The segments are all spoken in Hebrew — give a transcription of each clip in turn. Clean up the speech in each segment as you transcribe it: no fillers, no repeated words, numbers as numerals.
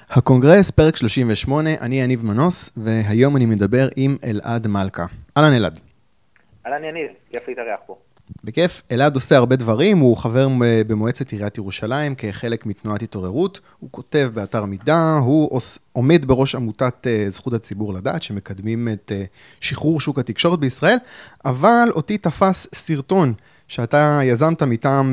הקונגרס, פרק 38, אני יניב מנוס, והיום אני מדבר עם אלעד מלכה. אהלן אלעד. אהלן יניב, כיף להתארח פה. בכיף, אלעד עושה הרבה דברים, הוא חבר במועצת עיריית ירושלים כחלק מתנועת התעוררות, הוא כותב באתר מידע, הוא עומד בראש עמותת זכות הציבור לדעת, שמקדמים את שחרור שוק התקשורת בישראל, אבל אותי תפס סרטון שאתה יזמת מטעם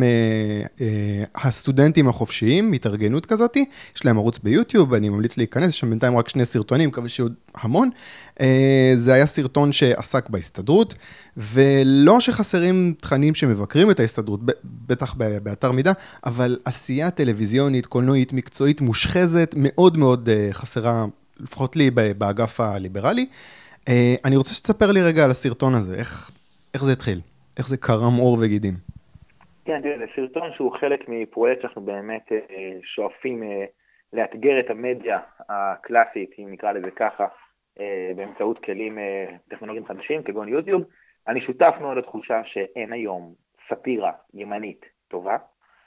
הסטודנטים החופשיים, התארגנות כזאת, יש להם ערוץ ביוטיוב, אני ממליץ להיכנס, יש שם בינתיים רק 2 סרטונים, מקווה שיהיו המון. זה היה סרטון שעסק בהסתדרות, ולא שחסרים תכנים שמבקרים את ההסתדרות, בטח באתר מידע, אבל עשייה טלוויזיונית, קולנועית, מקצועית, מושחזת, מאוד מאוד חסרה, לפחות לי באגף הליברלי. אני רוצה שתספר לי רגע על הסרטון הזה, איך זה התחיל? איך זה קרם עור וגידים? כן, תראה, זה סרטון שהוא חלק מפרויקט שאנחנו באמת שואפים לאתגר את המדיה הקלאסית, אם נקרא לזה ככה, באמצעות כלים טכנולוגיים חדשים, כגון יוטיוב. אני שותף מאוד לתחושה שאין היום סאטירה ימנית טובה,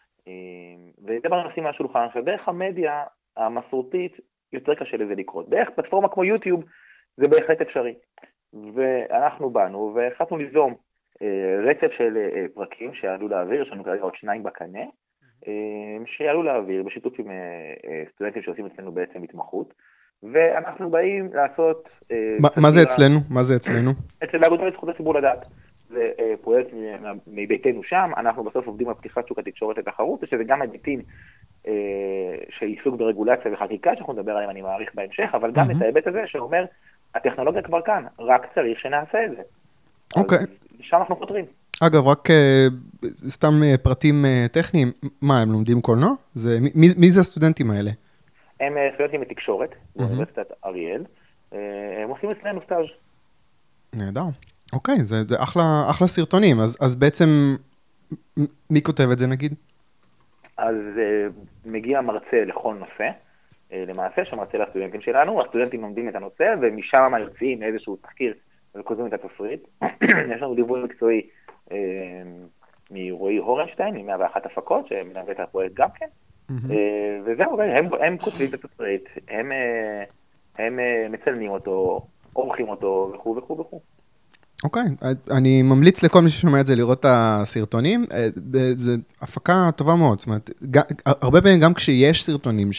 ודבר נשים מהשולחן, שדרך המדיה המסורתית יותר קשה לזה לקרות. דרך פלטפורמה כמו יוטיוב זה בהחלט אפשרי. ואנחנו באנו והחלטנו ליזום רצף של פרקים שעלו לאוויר, יש לנו כרגע עוד 2 בקנה, שעלו לאוויר בשיתוף עם סטודנטים שעושים אצלנו בעצם התמחות, ואנחנו באים לעשות... מה זה אצלנו? מה זה אצלנו? אצל האגודה לזכות הציבור לדעת. זה פרויקט מביתנו שם, אנחנו בסוף עובדים על פתיחת שוק התקשורת לתחרות, ושזה גם היבטים של עיסוק ברגולציה וחקיקה, שאנחנו נדבר עליהם, אני מעריך בהמשך, אבל גם את ההיבט הזה שאומר, הטכנולוגיה כבר כאן, רק צריך שנעשה את זה. אוקיי. שם אנחנו חותרים. אגב, רק סתם פרטים טכניים, מה, הם לומדים קולנוע? מי זה הסטודנטים האלה? הם סטודנטים בתקשורת, באוניברסיטת אריאל, הם עושים אצלנו סטאז'. נהדר. אוקיי, זה אחלה סרטונים, אז בעצם מי כותב את זה נגיד? אז מגיע מרצה לכל נושא, למעשה שמרצה לסטודנטים שלנו, הסטודנטים לומדים את הנושא, ומשם יוצאים איזשהו תחקיר וכותבים את התפריט. יש לנו ליווי מקצועי מרועי הורנשטיין, מ-101 הפקות, שמלווה את הפרויקט גם כן. וזהו, הם כותבים את התפריט, הם מצלמים אותו, עורכים אותו וכו' וכו' וכו'. אוקיי, אני ממליץ לכל מי ששומע את זה לראות את הסרטונים, זו הפקה טובה מאוד, זאת אומרת, הרבה פעמים גם כשיש סרטונים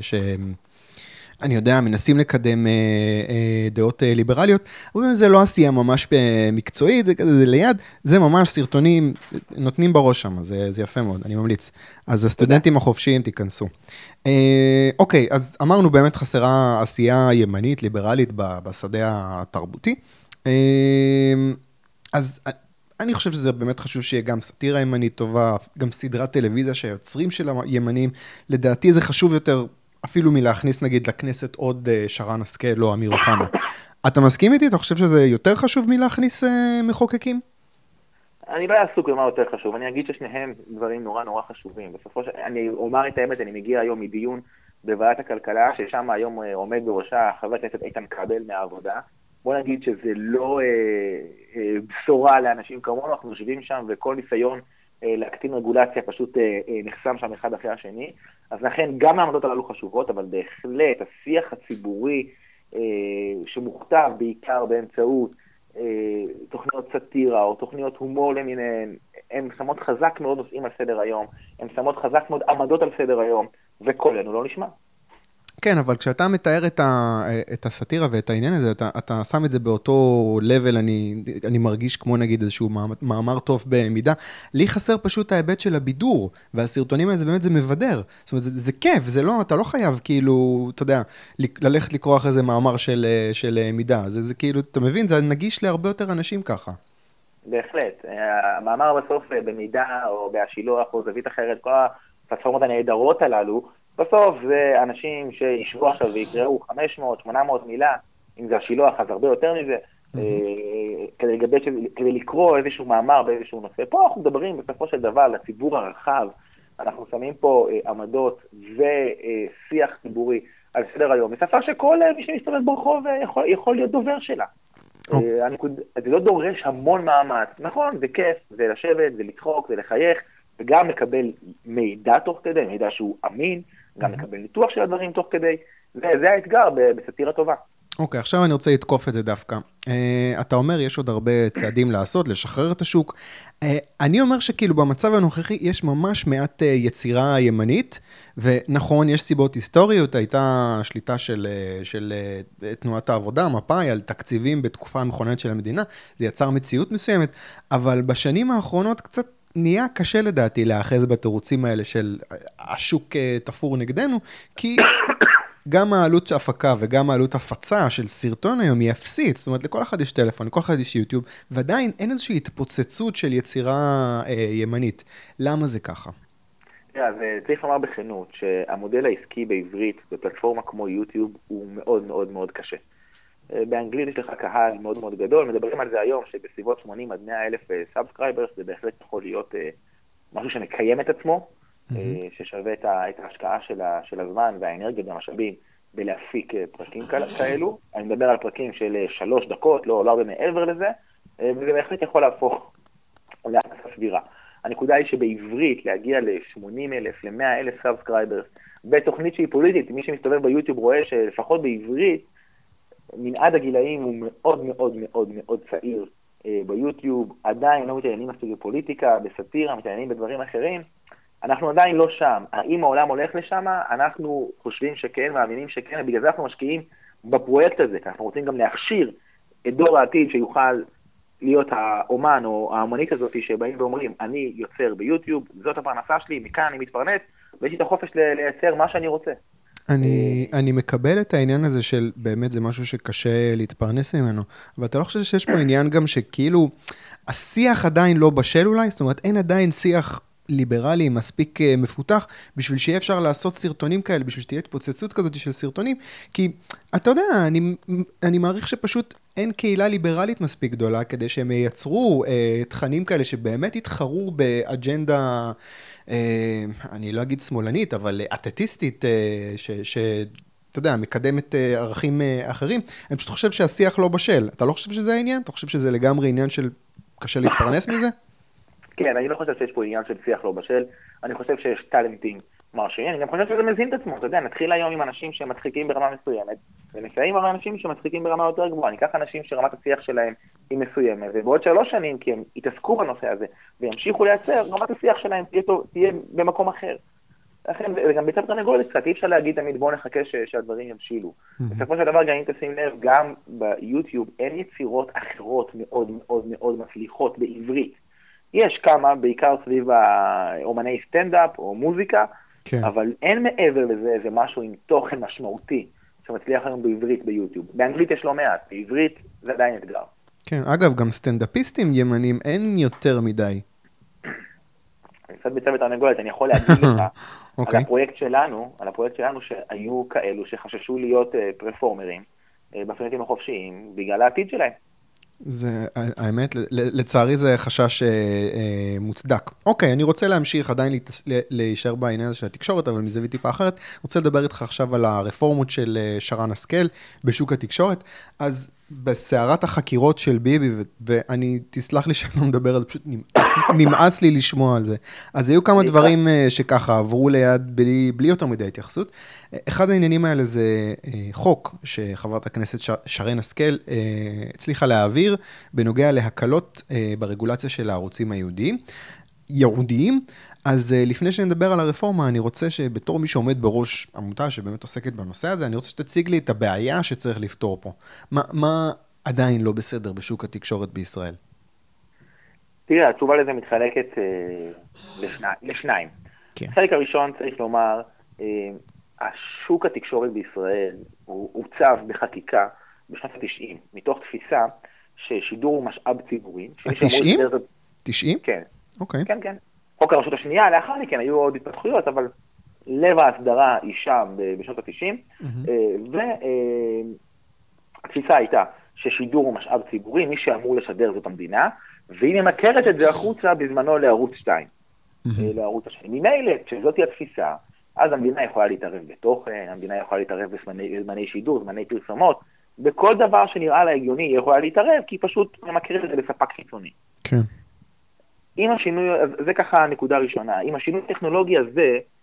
אני יודע, מנסים לקדם דעות ליברליות, אבל זה לא עשייה ממש מקצועית, זה ליד, זה ממש סרטונים, נותנים בראש שם, זה יפה מאוד, אני ממליץ. אז הסטודנטים החופשיים תיכנסו. אוקיי, אז אמרנו באמת חסרה עשייה ימנית, ליברלית, בשדה התרבותי. אז אני חושב שזה באמת חשוב שיהיה גם סאטירה ימנית טובה, גם סדרת טלוויזיה שהיוצרים של הימנים, לדעתי זה חשוב יותר, אפילו מלהכניס נגיד לכנסת עוד שרן השכל או אמיר אוחנה. אתה מסכים איתי? אתה חושב שזה יותר חשוב מלהכניס מחוקקים? אני לא אעסוק במה יותר חשוב, אני אגיד ששניהם דברים נורא נורא חשובים. בסופו של... אני אומר את האמת, אני מגיע היום מדיון בוועדת הכלכלה, ששם היום עומד בראשה חבר הכנסת איתן כבל מהעבודה. בוא נגיד שזה לא בשורה לאנשים כמונו, אנחנו יושבים שם וכל ניסיון להקטין רגולציה פשוט נחסם שם אחד אחרי השני. אז לכן גם העמדות הללו חשובות, אבל בהחלט השיח הציבורי שמוכתב בעיקר באמצעות תוכניות סאטירה או תוכניות הומור למיניהן, הן שמות חזק מאוד נושאים על סדר היום, הן שמות חזק מאוד עמדות על סדר היום, וקולנו לא נשמע. כן, אבל כשאתה מתאר את הסאטירה ואת העניין הזה, אתה שם את זה באותו level, אני מרגיש כמו נגיד איזשהו מאמר טוב במידה. לי חסר פשוט ההיבט של הבידור, והסרטונים האלה באמת זה מבדר. זאת אומרת, זה כיף, אתה לא חייב כאילו, אתה יודע, ללכת לקרוא אחרי זה מאמר של מידה. זה כאילו, אתה מבין, זה נגיש להרבה יותר אנשים ככה. בהחלט. המאמר בסוף במידה או בהשילוח או זווית אחרת, כל הפלטפורמות הנהדרות הללו, בסוף זה אנשים שישבו עכשיו ויקראו 500-800 מילה, אם זה השילוח אז הרבה יותר מזה, כדי לקרוא איזשהו מאמר באיזשהו נושא. פה אנחנו מדברים בסופו של דבר לציבור הרחב, אנחנו שמים פה עמדות ושיח ציבורי על סדר היום, בשפה שכל מי שמסתובב ברחוב יכול להיות דובר שלה. זה לא דורש המון מאמץ, נכון, זה כיף, זה לשבת, זה לצחוק, זה לחייך, וגם לקבל מידע תוך כדי, מידע שהוא אמין, גם לקבל ניתוח של הדברים תוך כדי, וזה האתגר בסאטירה טובה. אוקיי, עכשיו אני רוצה לתקוף את זה דווקא. אתה אומר, יש עוד הרבה צעדים לעשות, לשחרר את השוק. אני אומר שכאילו במצב הנוכחי יש ממש מעט יצירה ימנית, ונכון, יש סיבות היסטוריות, הייתה שליטה של תנועת העבודה, מפא"י, על תקציבים בתקופה המכוננת של המדינה, זה יצר מציאות מסוימת, אבל בשנים האחרונות קצת נהיה קשה לדעתי להאחז בתירוצים האלה של השוק תפור נגדנו, כי גם העלות הפקה וגם העלות הפצה של סרטון היום היא אפסית, זאת אומרת, לכל אחד יש טלפון, לכל אחד יש יוטיוב, ועדיין אין איזושהי התפוצצות של יצירה ימנית. למה זה ככה? אז צריך לומר בכנות שהמודל העסקי בעברית בפלטפורמה כמו יוטיוב הוא מאוד מאוד מאוד קשה. באנגלית יש לך קהל מאוד מאוד גדול, מדברים על זה היום שבסביבות 80 עד 100 אלף סאבסקרייברס, זה בהחלט יכול להיות משהו שמקיים את עצמו, ששווה את ההשקעה של הזמן והאנרגיה והמשאבים בלהפיק פרקים כאלו. אני מדבר על פרקים של 3 דקות, לא הרבה מעבר לזה, וזה בהחלט יכול להפוך להכנסה סבירה. הנקודה היא שבעברית להגיע ל-80,000, ל-100,000 סאבסקרייברס, בתוכנית שהיא פוליטית, מי שמסתובב ביוטיוב רואה שלפחות בעברית, מנעד הגילאים הוא מאוד מאוד מאוד מאוד צעיר ביוטיוב, עדיין לא מתעניינים מספיק בפוליטיקה, בסאטירה, מתעניינים בדברים אחרים, אנחנו עדיין לא שם. האם העולם הולך לשם? אנחנו חושבים שכן, מאמינים שכן, ובגלל זה אנחנו משקיעים בפרויקט הזה, כי אנחנו רוצים גם להכשיר את דור העתיד שיוכל להיות האומן או האומנית הזאת שבאים ואומרים, אני יוצר ביוטיוב, זאת הפרנסה שלי, מכאן אני מתפרנס, ויש לי את החופש לייצר מה שאני רוצה. אני מקבל את העניין הזה של באמת זה משהו שקשה להתפרנס ממנו, אבל אתה לא חושב שיש פה עניין גם שכאילו השיח עדיין לא בשל אולי? זאת אומרת, אין עדיין שיח ליברלי מספיק מפותח, בשביל שיהיה אפשר לעשות סרטונים כאלה, בשביל שתהיה התפוצצות כזאת של סרטונים, כי אתה יודע, אני מעריך שפשוט אין קהילה ליברלית מספיק גדולה, כדי שהם ייצרו תכנים כאלה שבאמת יתחרו באג'נדה, אני לא אגיד שמאלנית, אבל אתטיסטית, אתה יודע, מקדמת ערכים אחרים. אני פשוט חושב שהשיח לא בשל. אתה לא חושב שזה העניין? אתה חושב שזה לגמרי עניין של קשה להתפרנס מזה? כן, אני לא חושב שיש פה עניין של שיח לא בשל, אני חושב שיש טלנטים מרשימים, אני גם חושב שזה מזין את עצמו, אתה יודע, נתחיל היום עם אנשים שמצחיקים ברמה מסוימת, ונסיים עם אנשים שמצחיקים ברמה יותר גבוהה, ניקח אנשים שרמת השיח שלהם היא מסוימת, ובעוד 3 שנים, כי הם יתעסקו בנושא הזה, וימשיכו לייצר, רמת השיח שלהם תהיה במקום אחר. לכן, וגם ביצת תרנגולת קצת, אי אפשר להגיד תמיד, בואו נחכה שהדברים יבשילו. בסופו של דבר, גם אם תשים לב, גם ביוטיוב אין יצירות אחרות מאוד מאוד מאוד מצליחות בעברית. יש כמה, בעיקר סביב האומני סטנדאפ או מוזיקה, כן. אבל אין מעבר לזה, זה משהו עם תוכן משמעותי, שמצליח היום בעברית ביוטיוב. באנגלית יש לא מעט, בעברית זה עדיין אתגר. כן, אגב, גם סטנדאפיסטים ימנים אין יותר מדי. אני קצת בצוות תרנגולת, אני יכול להגיד לך, על הפרויקט שלנו שהיו כאלו שחששו להיות פרפורמרים, בסטודנטים החופשיים, בגלל העתיד שלהם. זה, האמת, לצערי זה חשש מוצדק. אוקיי, אני רוצה להמשיך עדיין להישאר בעניין הזה של התקשורת, אבל מזווית טיפה אחרת. רוצה לדבר איתך עכשיו על הרפורמות של שרן השכל בשוק התקשורת. אז בסערת החקירות של ביבי, ואני תסלח לי שאני לא מדבר על זה, פשוט נמאס לי לשמוע על זה. אז היו כמה דברים שככה עברו ליד בלי יותר מדי התייחסות. אחד העניינים האלה זה חוק שחברת הכנסת שרן השכל הצליחה להעביר בנוגע להקלות ברגולציה של הערוצים הייעודיים. אז לפני שנדבר על הרפורמה, אני רוצה שבתור מי שעומד בראש עמותה שבאמת עוסקת בנושא הזה, אני רוצה שתציג לי את הבעיה שצריך לפתור פה. מה עדיין לא בסדר בשוק התקשורת בישראל? תראה, התשובה לזה מתחלקת לשניים. כן. החלק הראשון צריך לומר, השוק התקשורת בישראל הוא עוצב בחקיקה בשנת ה-90, מתוך תפיסה ששידור הוא משאב ציבורי. ה-90? 90? כן. אוקיי. כן, כן. חוק הרשות השנייה, לאחר מכן היו עוד התפתחויות, אבל לב ההסדרה היא שם בשנות ה-90, והתפיסה הייתה ששידור הוא משאב ציבורי, מי שאמור לשדר זאת המדינה, והיא ממכרת את זה החוצה בזמנו לערוץ 2. לערוץ השני. ממילא, כשזאת היא התפיסה, אז המדינה יכולה להתערב בתוכן, המדינה יכולה להתערב בזמני שידור, זמני פרסומות, בכל דבר שנראה לה הגיוני היא יכולה להתערב, כי היא פשוט ממכרת את זה בספק חיצוני. כן. עם השינוי, זה ככה הנקודה הראשונה, עם השינוי הטכנולוגי הזה,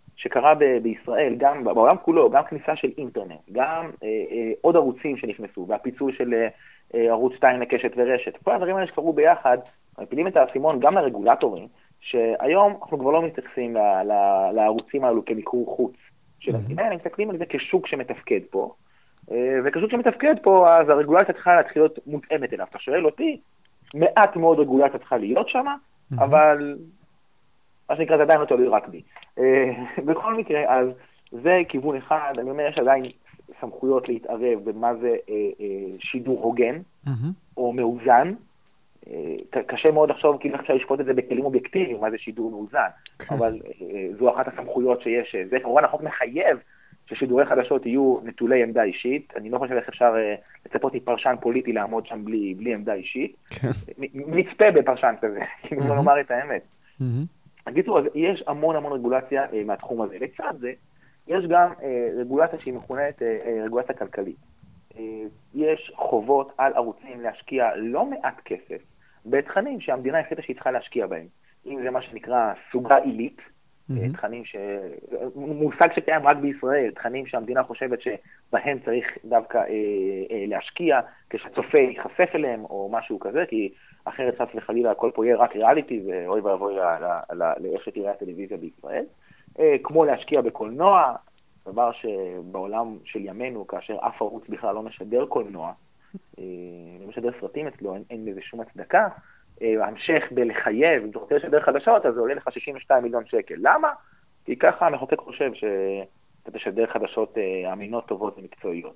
שקרה בישראל, גם בעולם כולו, גם כניסה של אינטרנט, גם עוד ערוצים שנכנסו, והפיצול של ערוץ 2 לקשת ורשת, כל הדברים האלה שקרו ביחד, מפילים את האסימון גם לרגולטורים, שהיום אנחנו כבר לא מתייחסים לערוצים האלו כמיקור חוץ של המדינה, אלא מסתכלים על זה כשוק שמתפקד פה, וכשוק שמתפקד פה, אז הרגולציה צריכה להתחיל להיות מותאמת אליו. אתה שואל אותי, מעט מאוד רגולציה צריכה להיות שם, אבל מה שנקרא זה עדיין לא תלוי רק בי. בכל מקרה, אז זה כיוון אחד, אני אומר, יש עדיין סמכויות להתערב במה זה שידור הוגן, או מאוזן. קשה מאוד לחשוב, כאילו אפשר לשפוט את זה בכלים אובייקטיביים, מה זה שידור מאוזן, אבל זו אחת הסמכויות שיש. זה כמובן החוק מחייב ששידורי חדשות יהיו נטולי עמדה אישית. אני לא חושב איך אפשר לצפות מפרשן פוליטי לעמוד שם בלי עמדה אישית. מצפה בפרשן כזה, כאילו לא לומר את האמת. בקיצור, יש המון רגולציה מהתחום הזה. לצד זה, יש גם רגולציה שהיא מכוננת רגולציה כלכלית. יש חובות על ערוצים להשקיע לא מעט כסף בתכנים שהמדינה החליטה שהיא צריכה להשקיע בהם. אם זה מה שנקרא סוגה עילית, תכנים מושג שקיים רק בישראל, תכנים שהמדינה חושבת שבהם צריך דווקא להשקיע, כשצופה ייחשף אליהם או משהו כזה, כי אחרת חס וחלילה הכל פה יהיה רק ריאליטי, ואוי ואבוי לאיך שתראה הטלוויזיה בישראל. כמו להשקיע בקולנוע, דבר שבעולם של ימינו, כאשר אף ערוץ בכלל לא משדר קולנוע, לא משדר סרטים אצלו, אין לזה שום הצדקה, המשך בלחייב, אם אתה רוצה לשדר חדשות, אז זה עולה לך 62 מיליון שקל. למה? כי ככה המחוקק חושב שאתה תשדר חדשות אמינות, טובות ומקצועיות.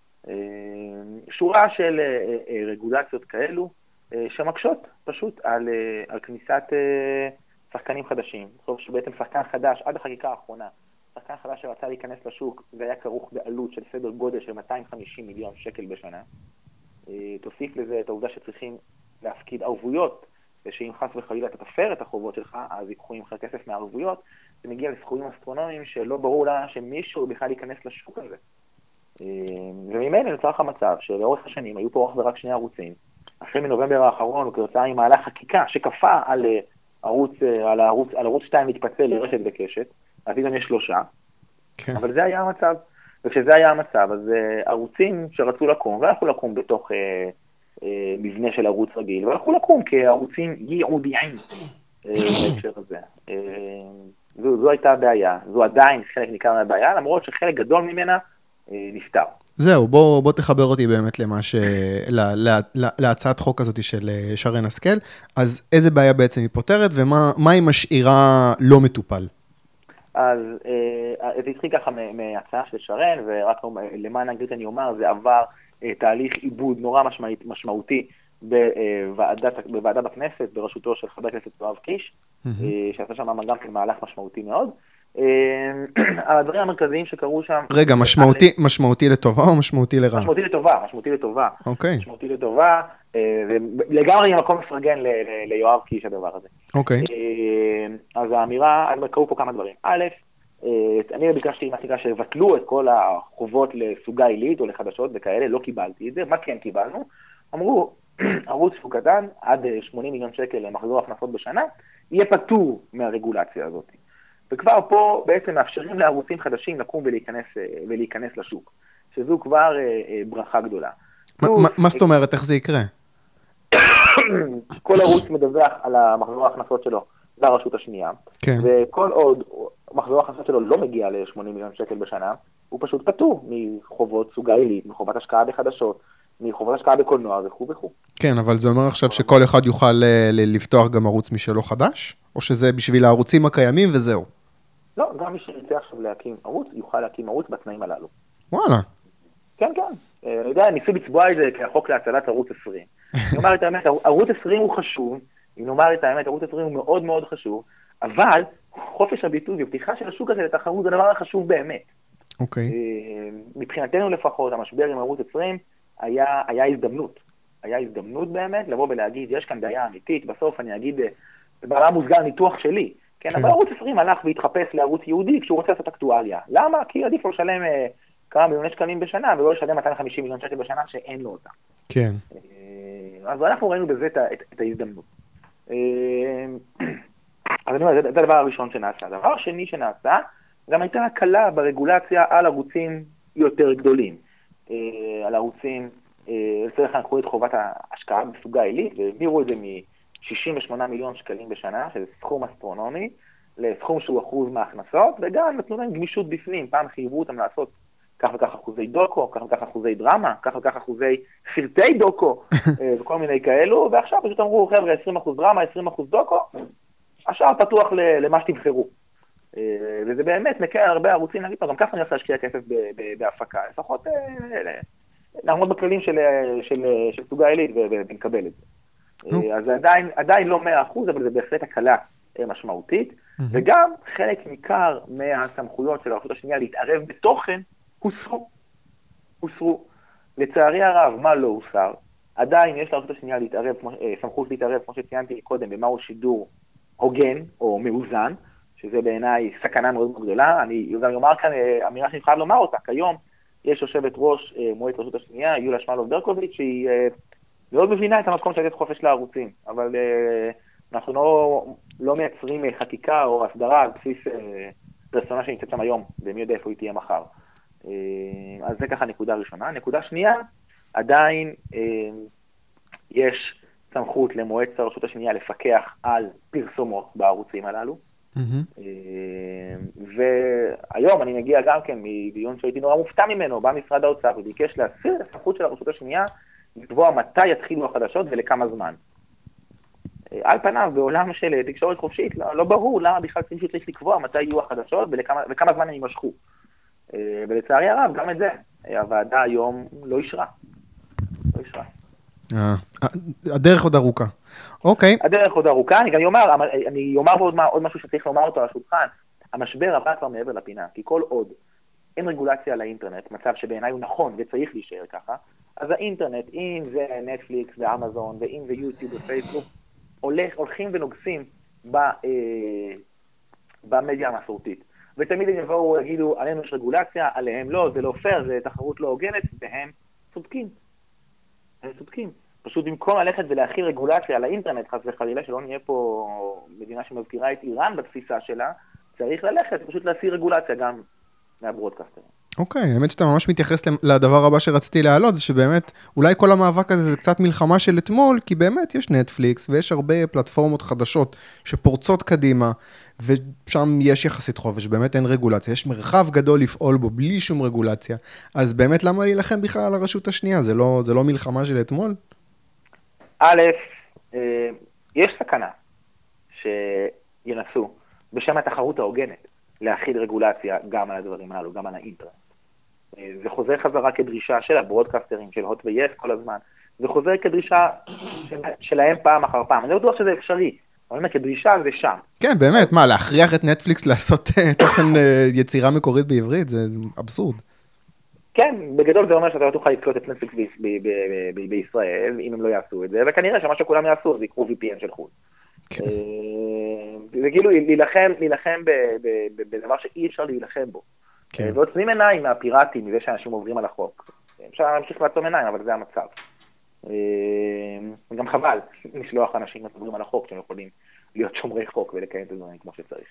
שורה של רגולציות כאלו, שמקשות פשוט על כניסת שחקנים חדשים. זאת שבעצם שחקן חדש, עד החקיקה האחרונה, שחקן חדש שרצה להיכנס לשוק, זה היה כרוך בעלות של סדר גודל של 250 מיליון שקל בשנה. תוסיף לזה את העובדה שצריכים להפקיד ערבויות, ושאם חס וחלילה אתה תפר את החובות שלך, אז ייקחו ממך כסף מהערבויות, זה מגיע לסכומים אסטרונומיים שלא ברור לה שמישהו בכלל ייכנס לשוק הזה. וממילא נוצר לך מצב שלאורך השנים היו פה ורק שני ערוצים. אחרי מנובמבר האחרון, וכתוצאה עם מהלך חקיקה שכפה על ערוץ 2 מתפצל לרשת וקשת, אז גם יש 3, כן. אבל זה היה המצב. וכשזה היה המצב, אז ערוצים שרצו לקום, והלכו לקום בתוך מבנה של ערוץ רגיל, והלכו לקום כערוצים ייעודיים בהקשר הזה. זו הייתה הבעיה, זו עדיין חלק ניכר מהבעיה, למרות שחלק גדול ממנה נפטר. זהו, בוא תחבר אותי באמת להצעת חוק הזאת של שרן השכל, אז איזה בעיה בעצם היא פותרת, ומה היא משאירה לא מטופל? אז זה התחיל ככה מהצעה של שרן, ורק למען האנגלית אני אומר, זה עבר תהליך עיבוד נורא משמעותי בוועדה בכנסת, בראשותו של חבר הכנסת יואב קיש, שעשה שם גם מהלך משמעותי מאוד. הדברים המרכזיים שקרו שם... רגע, משמעותי לטובה או משמעותי לרע? משמעותי לטובה. אוקיי. משמעותי לטובה, ולגמרי מקום מפרגן ליואב קיש הדבר הזה. אוקיי. אז האמירה, קרו פה כמה דברים. א', אני ביקשתי שבטלו את כל החובות לסוגה עילית או לחדשות וכאלה, לא קיבלתי את זה. מה כן קיבלנו? אמרו, ערוץ שהוא קטן, עד 80 מיליון שקל למחזור הכנסות בשנה, יהיה פטור מהרגולציה הזאת. וכבר פה בעצם מאפשרים לערוצים חדשים לקום ולהיכנס לשוק, שזו כבר ברכה גדולה. מה זאת אומרת? איך זה יקרה? כל ערוץ מדווח על המחזור ההכנסות שלו לרשות השנייה, וכל עוד מחזור ההכנסות שלו לא מגיע ל-80 מיליון שקל בשנה, הוא פשוט פטור מחובות סוגה עילית, מחובת השקעה בחדשות, מחובת השקעה בקולנוע וכו'. כן, אבל זה אומר עכשיו שכל אחד יוכל לפתוח גם ערוץ משלו חדש? או שזה בשביל הערוצים הקיימים וזהו? לא, גם מי שירצה עכשיו להקים ערוץ, יוכל להקים ערוץ בתנאים הללו. וואלה. כן. אני יודע, ניסו לצבוע את זה כחוק להצלת ערוץ 20. אם נאמר את האמת, ערוץ 20 הוא חשוב, ערוץ 20 הוא מאוד מאוד חשוב, אבל חופש הביטוי ופתיחה של השוק הזה לתחרות זה הדבר החשוב באמת. אוקיי. מבחינתנו לפחות, המשבר עם ערוץ 20 היה הזדמנות. היה הזדמנות באמת לבוא ולהגיד, יש כאן בעיה אמיתית, בסוף אני אגיד, ברמה מוסגר ניתוח שלי, כן, אבל ערוץ 20 הלך והתחפש לערוץ יהודי כשהוא רוצה לעשות אקטואליה. למה? כי עדיף לו לשלם כמה מיליוני שקלים בשנה, ולא לשלם 250 מיליון שקל בשנה שאין לו אותה. כן. אז אנחנו ראינו בזה את ההזדמנות. אז אני אומר, זה הדבר הראשון שנעשה. הדבר השני שנעשה, גם הייתה הקלה ברגולציה על ערוצים יותר גדולים. על ערוצים, לצורך אנחנו את חובת ההשקעה בסוגה עילית, והעבירו את זה מ-68 מיליון שקלים בשנה, שזה סכום אסטרונומי, לסכום שהוא אחוז מההכנסות, וגם נתנו להם גמישות בפנים, פעם חייבו אותם לעשות כך וכך אחוזי דוקו, כך וכך אחוזי דרמה, כך וכך אחוזי סרטי דוקו, וכל מיני כאלו, ועכשיו פשוט אמרו, חבר'ה, 20% דרמה, 20% דוקו, השאר פתוח למה שתבחרו. וזה באמת מקל על הרבה ערוצים, נגיד, גם ככה אני הולך להשקיע כסף בהפקה, לפחות לעמוד בכללים של סוגה עילית ונקבל את זה. אז זה עדיין לא 100%, אבל זה בהחלט הקלה משמעותית, וגם חלק ניכר מהסמכויות של הרשות השנייה להתערב בתוכן, הוסרו. לצערי הרב, מה לא הוסר? עדיין יש לרשות השנייה סמכות להתערב, כמו שציינתי קודם, במהו שידור הוגן או מאוזן, שזה בעיניי סכנה מאוד מאוד גדולה. אני גם אומר כאן אמירה שאני חייב לומר אותה. כיום יש יושבת ראש מועצת רשות השנייה, יוליה שמאלוב-ברקוביץ', שהיא מאוד מבינה את המתכון של לתת חופש לערוצים, אבל אנחנו לא מייצרים חקיקה או הסדרה על בסיס פרסונה שנמצאת שם היום, ומי יודע איפה היא תהיה מחר. אז זה ככה נקודה ראשונה. נקודה שנייה, עדיין יש סמכות למועצת הרשות השנייה לפקח על פרסומות בערוצים הללו. והיום אני מגיע גם כן מדיון שהייתי נורא מופתע ממנו, בא משרד האוצר וביקש להסיר את הסמכות של הרשות השנייה לקבוע מתי יתחילו החדשות ולכמה זמן. על פניו בעולם של תקשורת חופשית לא ברור למה בכלל צריך לקבוע מתי יהיו החדשות וכמה זמן הם יימשכו. ולצערי הרב גם את זה הוועדה היום לא אישרה. הדרך עוד ארוכה. אוקיי. הדרך עוד ארוכה, אני אומר עוד משהו שצריך לומר אותו על השולחן. המשבר הבא כבר מעבר לפינה, כי כל עוד אין רגולציה על האינטרנט, מצב שבעיניי הוא נכון וצריך להישאר ככה, אז האינטרנט, אם זה נטפליקס ואמזון, ואם זה יוטיוב ופייסבוק, הולכים ונוגסים במדיה המסורתית. ותמיד הם יבואו ויגידו, עלינו יש רגולציה, עליהם לא, זה לא פייר, זה תחרות לא הוגנת, והם צודקים. פשוט במקום ללכת ולהכיל רגולציה על האינטרנט, חס וחלילה, שלא נהיה פה מדינה שמזכירה את איראן בתפיסה שלה, צריך ללכת, פשוט להסיר רגולציה גם מהברודקאסטרים. אוקיי, האמת שאתה ממש מתייחס לדבר הבא שרציתי להעלות, זה שבאמת, אולי כל המאבק הזה זה קצת מלחמה של אתמול, כי באמת יש נטפליקס, ויש הרבה פלטפורמות חדשות שפורצות קדימה, ושם יש יחסית חופש, באמת אין רגולציה, יש מרחב גדול לפעול בו, בלי שום רגולציה, אז באמת למה להילחם בכלל על הרשות השנייה? זה לא מלחמה של אתמול? א', יש סכנה שינסו, בשם התחרות ההוגנת, להכיל רגולציה גם על הדברים הללו, גם על האינטרנט. זה חוזר חזרה כדרישה של הברודקאסטרים, של הוט ויס כל הזמן, זה חוזר כדרישה שלהם פעם אחר פעם. אני לא בטוח שזה אפשרי, אבל כדרישה זה שם. כן, באמת, מה, להכריח את נטפליקס לעשות תוכן יצירה מקורית בעברית? זה אבסורד. כן, בגדול זה אומר שאתה לא תוכל לקלוט את נטפליקס בישראל, אם הם לא יעשו את זה, וכנראה שמה שכולם יעשו זה יקרו VPN של חוץ. זה כאילו להילחם בדבר שאי אפשר להילחם בו. ועוצמים עיניים מהפיראטים, מזה שאנשים עוברים על החוק. אפשר להמשיך לעצום עיניים, אבל זה המצב. גם חבל לשלוח אנשים שעוברים על החוק, שהם יכולים להיות שומרי חוק ולקיים את הדברים כמו שצריך.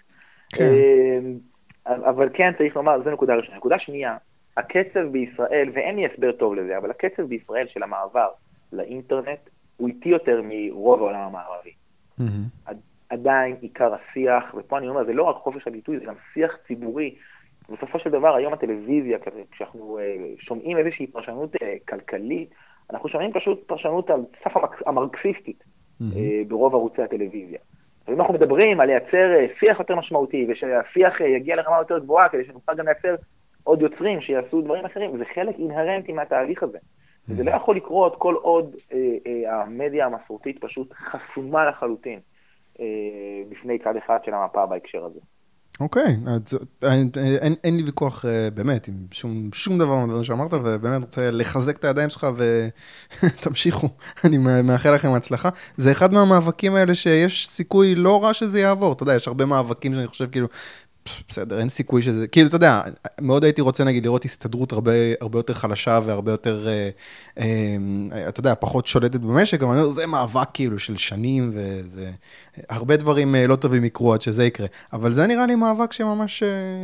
אבל כן, צריך לומר, זו נקודה ראשונה. נקודה שנייה, הקצב בישראל, ואין לי הסבר טוב לזה, אבל הקצב בישראל של המעבר לאינטרנט הוא איטי יותר מרוב העולם המערבי. עדיין עיקר השיח, ופה אני אומר, זה לא רק חופש הביטוי, זה גם שיח ציבורי. בסופו של דבר, היום הטלוויזיה, כשאנחנו שומעים איזושהי פרשנות כלכלית, אנחנו שומעים פשוט פרשנות על סף המרקסיסטית ברוב ערוצי הטלוויזיה. ואם אנחנו מדברים על לייצר שיח יותר משמעותי, ושהשיח יגיע לרמה יותר גבוהה, כדי שנוכל גם לייצר עוד יוצרים שיעשו דברים אחרים, זה חלק אינהרנטי מהתהליך הזה. וזה לא יכול לקרות כל עוד המדיה המסורתית פשוט חסומה לחלוטין בפני צד אחד של המפה בהקשר הזה. אוקיי, אין לי ויכוח באמת עם שום דבר מהדברים שאמרת, ובאמת רוצה לחזק את הידיים שלך ותמשיכו, אני מאחל לכם הצלחה. זה אחד מהמאבקים האלה שיש סיכוי לא רע שזה יעבור, אתה יודע, יש הרבה מאבקים שאני חושב כאילו, בסדר, אין סיכוי שזה, כאילו, אתה יודע, מאוד הייתי רוצה, נגיד, לראות הסתדרות הרבה יותר חלשה והרבה יותר, אתה יודע, פחות שולטת במשק, אבל זה מאבק כאילו של שנים, וזה, הרבה דברים לא טובים יקרו עד שזה יקרה, אבל זה נראה לי מאבק שממש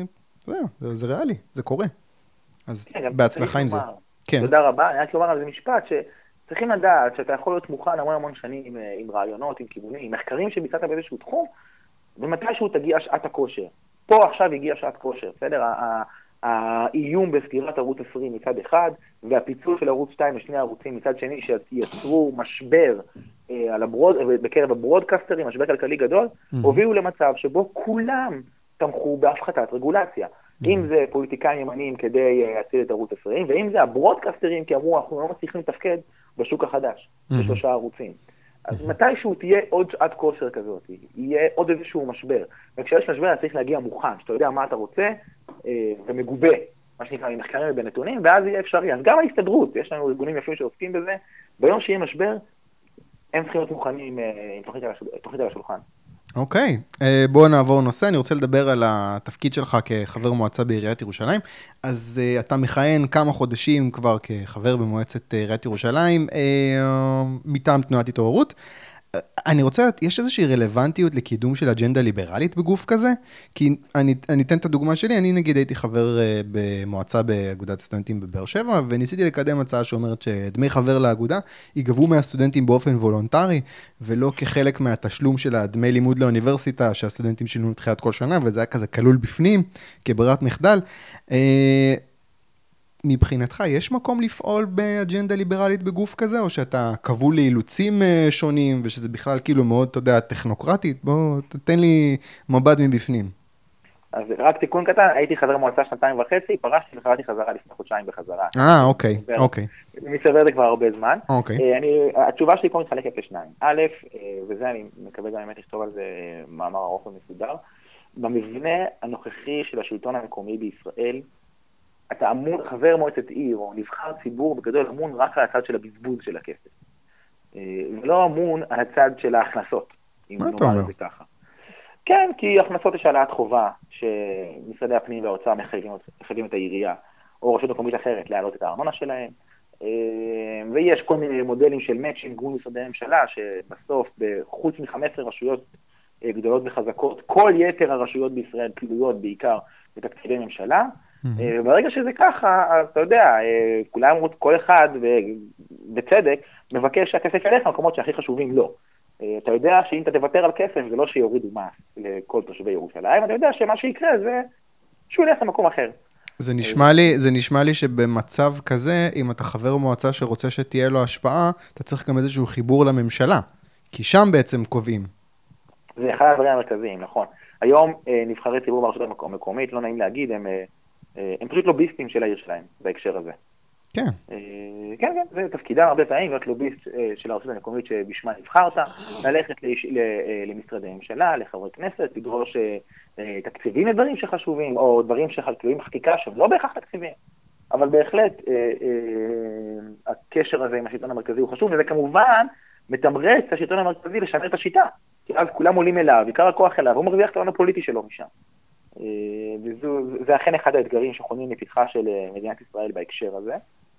זה ריאלי, זה קורה. אז בהצלחה עם זה. תודה רבה, אני רק לומר על זה משפט, שצריכים לדעת שאתה יכול להיות מוכן המון שנים עם רעיונות, עם כיוונים, עם מחקרים שביצעת באיזשהו תחום, ומתישהו תגיע שעת הכושר. פה עכשיו הגיע שעת כושר, בסדר? האיום בסגירת ערוץ 20 מצד אחד, והפיצול של ערוץ 2 לשני הערוצים מצד שני, שיצרו משבר בקרב הברודקאסטרים, משבר כלכלי גדול, הובילו למצב שבו כולם תמכו בהפחתת רגולציה. אם זה פוליטיקאים ימניים כדי להציל את ערוץ 20, ואם זה הברודקאסטרים, כי אמרו, אנחנו לא מצליחים לתפקד בשוק החדש, בשלושה ערוצים. אז מתישהו תהיה עוד שעת כושר כזאת, יהיה עוד איזשהו משבר. וכשיש משבר, אתה צריך להגיע מוכן, שאתה יודע מה אתה רוצה, ומגובה, מה שנקרא, ממחקרים ובנתונים, ואז יהיה אפשרי. אז גם ההסתדרות, יש לנו ארגונים יפים שעוסקים בזה, ביום שיהיה משבר, הם צריכים להיות מוכנים עם תוכנית על השולחן. אוקיי, בואו נעבור נושא, אני רוצה לדבר על התפקיד שלך כחבר מועצה בעיריית ירושלים, אז אתה מכהן כמה חודשים כבר כחבר במועצת עיריית ירושלים, מטעם תנועת התעוררות. אני רוצה לדעת, יש איזושהי רלוונטיות לקידום של אג'נדה ליברלית בגוף כזה? כי אני אתן את הדוגמה שלי, אני נגיד הייתי חבר במועצה באגודת סטודנטים בבאר שבע, וניסיתי לקדם הצעה שאומרת שדמי חבר לאגודה ייגבו מהסטודנטים באופן וולונטרי, ולא כחלק מהתשלום של הדמי לימוד לאוניברסיטה, שהסטודנטים שילמו בתחילת כל שנה, וזה היה כזה כלול בפנים, כברירת מחדל. מבחינתך, יש מקום לפעול באג'נדה ליברלית בגוף כזה, או שאתה כבול לאילוצים שונים, ושזה בכלל כאילו מאוד, אתה יודע, טכנוקרטית? בוא, תתן לי מבט מבפנים. אז רק תיקון קטן, הייתי חבר מועצה 2.5, פרשתי וחזרתי חזרה לפני חודשיים בחזרה. אוקיי. מסתבר זה כבר הרבה זמן. אוקיי. התשובה שלי פה מתחלקת לשניים. א', וזה אני מקווה גם באמת לכתוב על זה מאמר ארוך ומסודר, במבנה הנוכחי של השלטון המקומי בישראל, אתה אמון, חבר מועצת עיר או נבחר ציבור בגדול אמון רק על הצד של הבזבוז של הכסף. ולא אמון על הצד של ההכנסות, אם נאמר את זה ככה. כן, כי הכנסות יש העלאת חובה שמשרדי הפנים והאוצר מחייבים את העירייה, או רשות מקומית אחרת להעלות את הארנונה שלהם, ויש כל מיני מודלים של מאצ'ינג מול משרדי הממשלה, שבסוף, חוץ מ-15 רשויות גדולות וחזקות, כל יתר הרשויות בישראל פעילויות בעיקר בתקציבי ממשלה, וברגע שזה ככה, אז אתה יודע, כולם אמרו, כל אחד, ובצדק, מבקש שהכסף ילך למקומות שהכי חשובים לו. אתה יודע שאם אתה תוותר על כסף, זה לא שיורידו מס לכל תושבי ירושלים, אתה יודע שמה שיקרה זה שהוא ילך למקום אחר. זה נשמע לי שבמצב כזה, אם אתה חבר מועצה שרוצה שתהיה לו השפעה, אתה צריך גם איזשהו חיבור לממשלה, כי שם בעצם קובעים. זה אחד הדברים המרכזיים, נכון. היום נבחרי ציבור ברשות המקומית, לא נעים להגיד, הם פשוט לוביסטים של העיר שלהם, בהקשר הזה. כן. כן, זה תפקידם הרבה פעמים, להיות לוביסט של הרשות המקומית שבשמה נבחרת, ללכת למשרדי ממשלה, לחברי כנסת, לדרוש תקציבים לדברים שחשובים, או דברים שחלקויים חקיקה שהם לא בהכרח תקציבים. אבל בהחלט, הקשר הזה עם השלטון המרכזי הוא חשוב, וזה כמובן מתמרץ את השלטון המרכזי לשמר את השיטה. כי אז כולם עולים אליו, עיקר הכוח אליו, הוא מרוויח את ההון הפוליטי שלו משם. וזה אכן אחד האתגרים שחונים לפתחה של מדינת ישראל בהקשר הזה.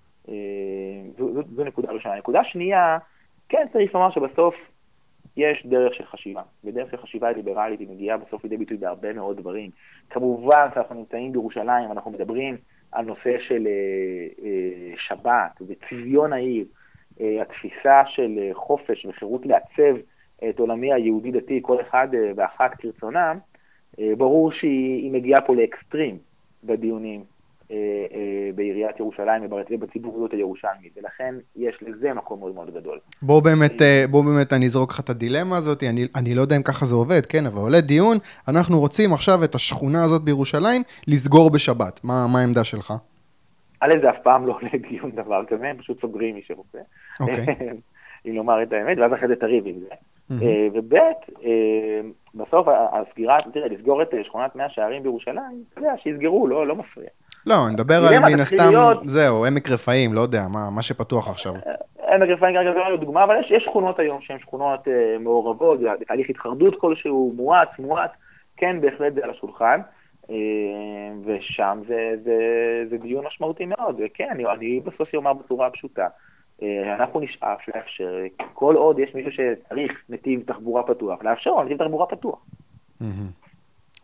זו נקודה ראשונה. נקודה שנייה, כן צריך לומר שבסוף יש דרך של חשיבה. ודרך של חשיבה ליברלית היא מגיעה בסוף לידי ביטוי בהרבה מאוד דברים. כמובן שאנחנו נמצאים בירושלים, אנחנו מדברים על נושא של שבת וצביון העיר, התפיסה של חופש וחירות לעצב את עולמי היהודי דתי, כל אחד ואחת כרצונם, ברור שהיא מגיעה פה לאקסטרים בדיונים בעיריית ירושלים ובציבוריות הירושלמית, ולכן יש לזה מקום מאוד מאוד גדול. בואו באמת אני אזרוק לך את הדילמה הזאת, אני לא יודע אם ככה זה עובד, כן, אבל עולה דיון, אנחנו רוצים עכשיו את השכונה הזאת בירושלים לסגור בשבת, מה העמדה שלך? על זה אף פעם לא עולה דיון דבר כזה, הם פשוט סוגרים מי שרוצה, אם לומר את האמת, ואז אחרי זה תריב עם זה. ובית, בסוף הסגירה, תראה, לסגור את שכונת 100 שערים בירושלים, אתה יודע, שיסגרו, לא מפריע. לא, נדבר על מן הסתם, זהו, עמק רפאים, לא יודע, מה שפתוח עכשיו. עמק רפאים כרגע זו דוגמה, אבל יש שכונות היום שהן שכונות מעורבות, תהליך התחרדות כלשהו, מואץ, כן, בהחלט זה על השולחן, ושם זה דיון משמעותי מאוד, וכן, אני בסוף אומר בצורה פשוטה, אנחנו נשאף לאפשר, כל עוד יש מישהו שצריך נתיב תחבורה פתוח, לאפשר לו נתיב תחבורה פתוח.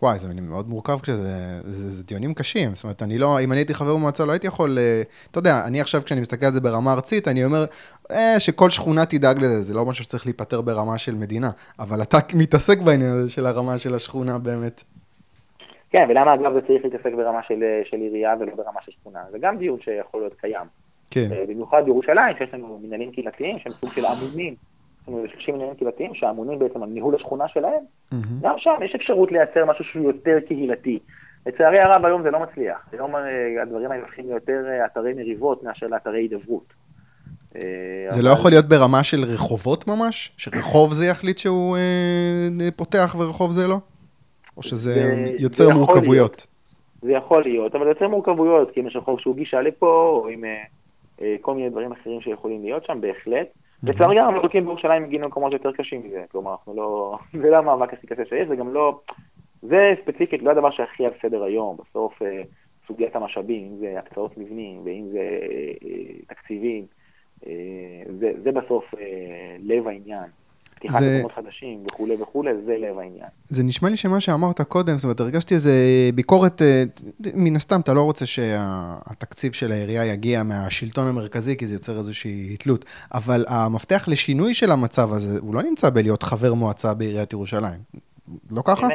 וואי, זה מאוד מורכב זה דיונים קשים. זאת אומרת, אם אני הייתי חבר במועצה, לא הייתי יכול, אתה יודע, אני עכשיו כשאני מסתכל על זה ברמה ארצית, אני אומר, שכל שכונה תדאג לזה, זה לא משהו שצריך להיפטר ברמה של מדינה, אבל אתה מתעסק בעניין הזה של הרמה של השכונה באמת. כן, ולמה אגב זה צריך להתעסק ברמה של עירייה ולא ברמה של שכונה? זה גם דיון שיכול להיות קיים. כן. במיוחד בירושלים, שיש לנו מנהלים קהילתיים, שהם סוג של אמונים, יש לנו 30 מנהלים קהילתיים, שהאמונים בעצם על ניהול השכונה שלהם, גם שם יש אפשרות לייצר משהו שהוא יותר קהילתי. לצערי הרב היום זה לא מצליח. היום הדברים האלה הולכים ליותר אתרי מריבות מאשר לאתרי הידברות. זה לא יכול להיות ברמה של רחובות ממש? שרחוב זה יחליט שהוא פותח ורחוב זה לא? או שזה יוצר מורכבויות? זה יכול להיות, אבל זה יוצר מורכבויות, כי אם יש רחוב שהוא גישה לפה, או עם כל מיני דברים אחרים שיכולים להיות שם, בהחלט. לצערי הרב, המאבקים בירושלים מגיעים למקומות יותר קשים מזה. כלומר, אנחנו לא... זה לא המאבק הכי קשה שיש, זה גם לא... זה ספציפית לא הדבר שהכי על סדר היום. בסוף, סוגיית המשאבים, אם זה הקצאות מבנים, ואם זה תקציבים, זה בסוף לב העניין. פתיחת מקומות חדשים וכו' וכו', זה לב העניין. זה נשמע לי שמה שאמרת קודם, זאת אומרת, הרגשתי איזה ביקורת, מן הסתם, אתה לא רוצה שהתקציב של העירייה יגיע מהשלטון המרכזי, כי זה יוצר איזושהי התלות, אבל המפתח לשינוי של המצב הזה, הוא לא נמצא בלהיות חבר מועצה בעיריית ירושלים. לא ככה?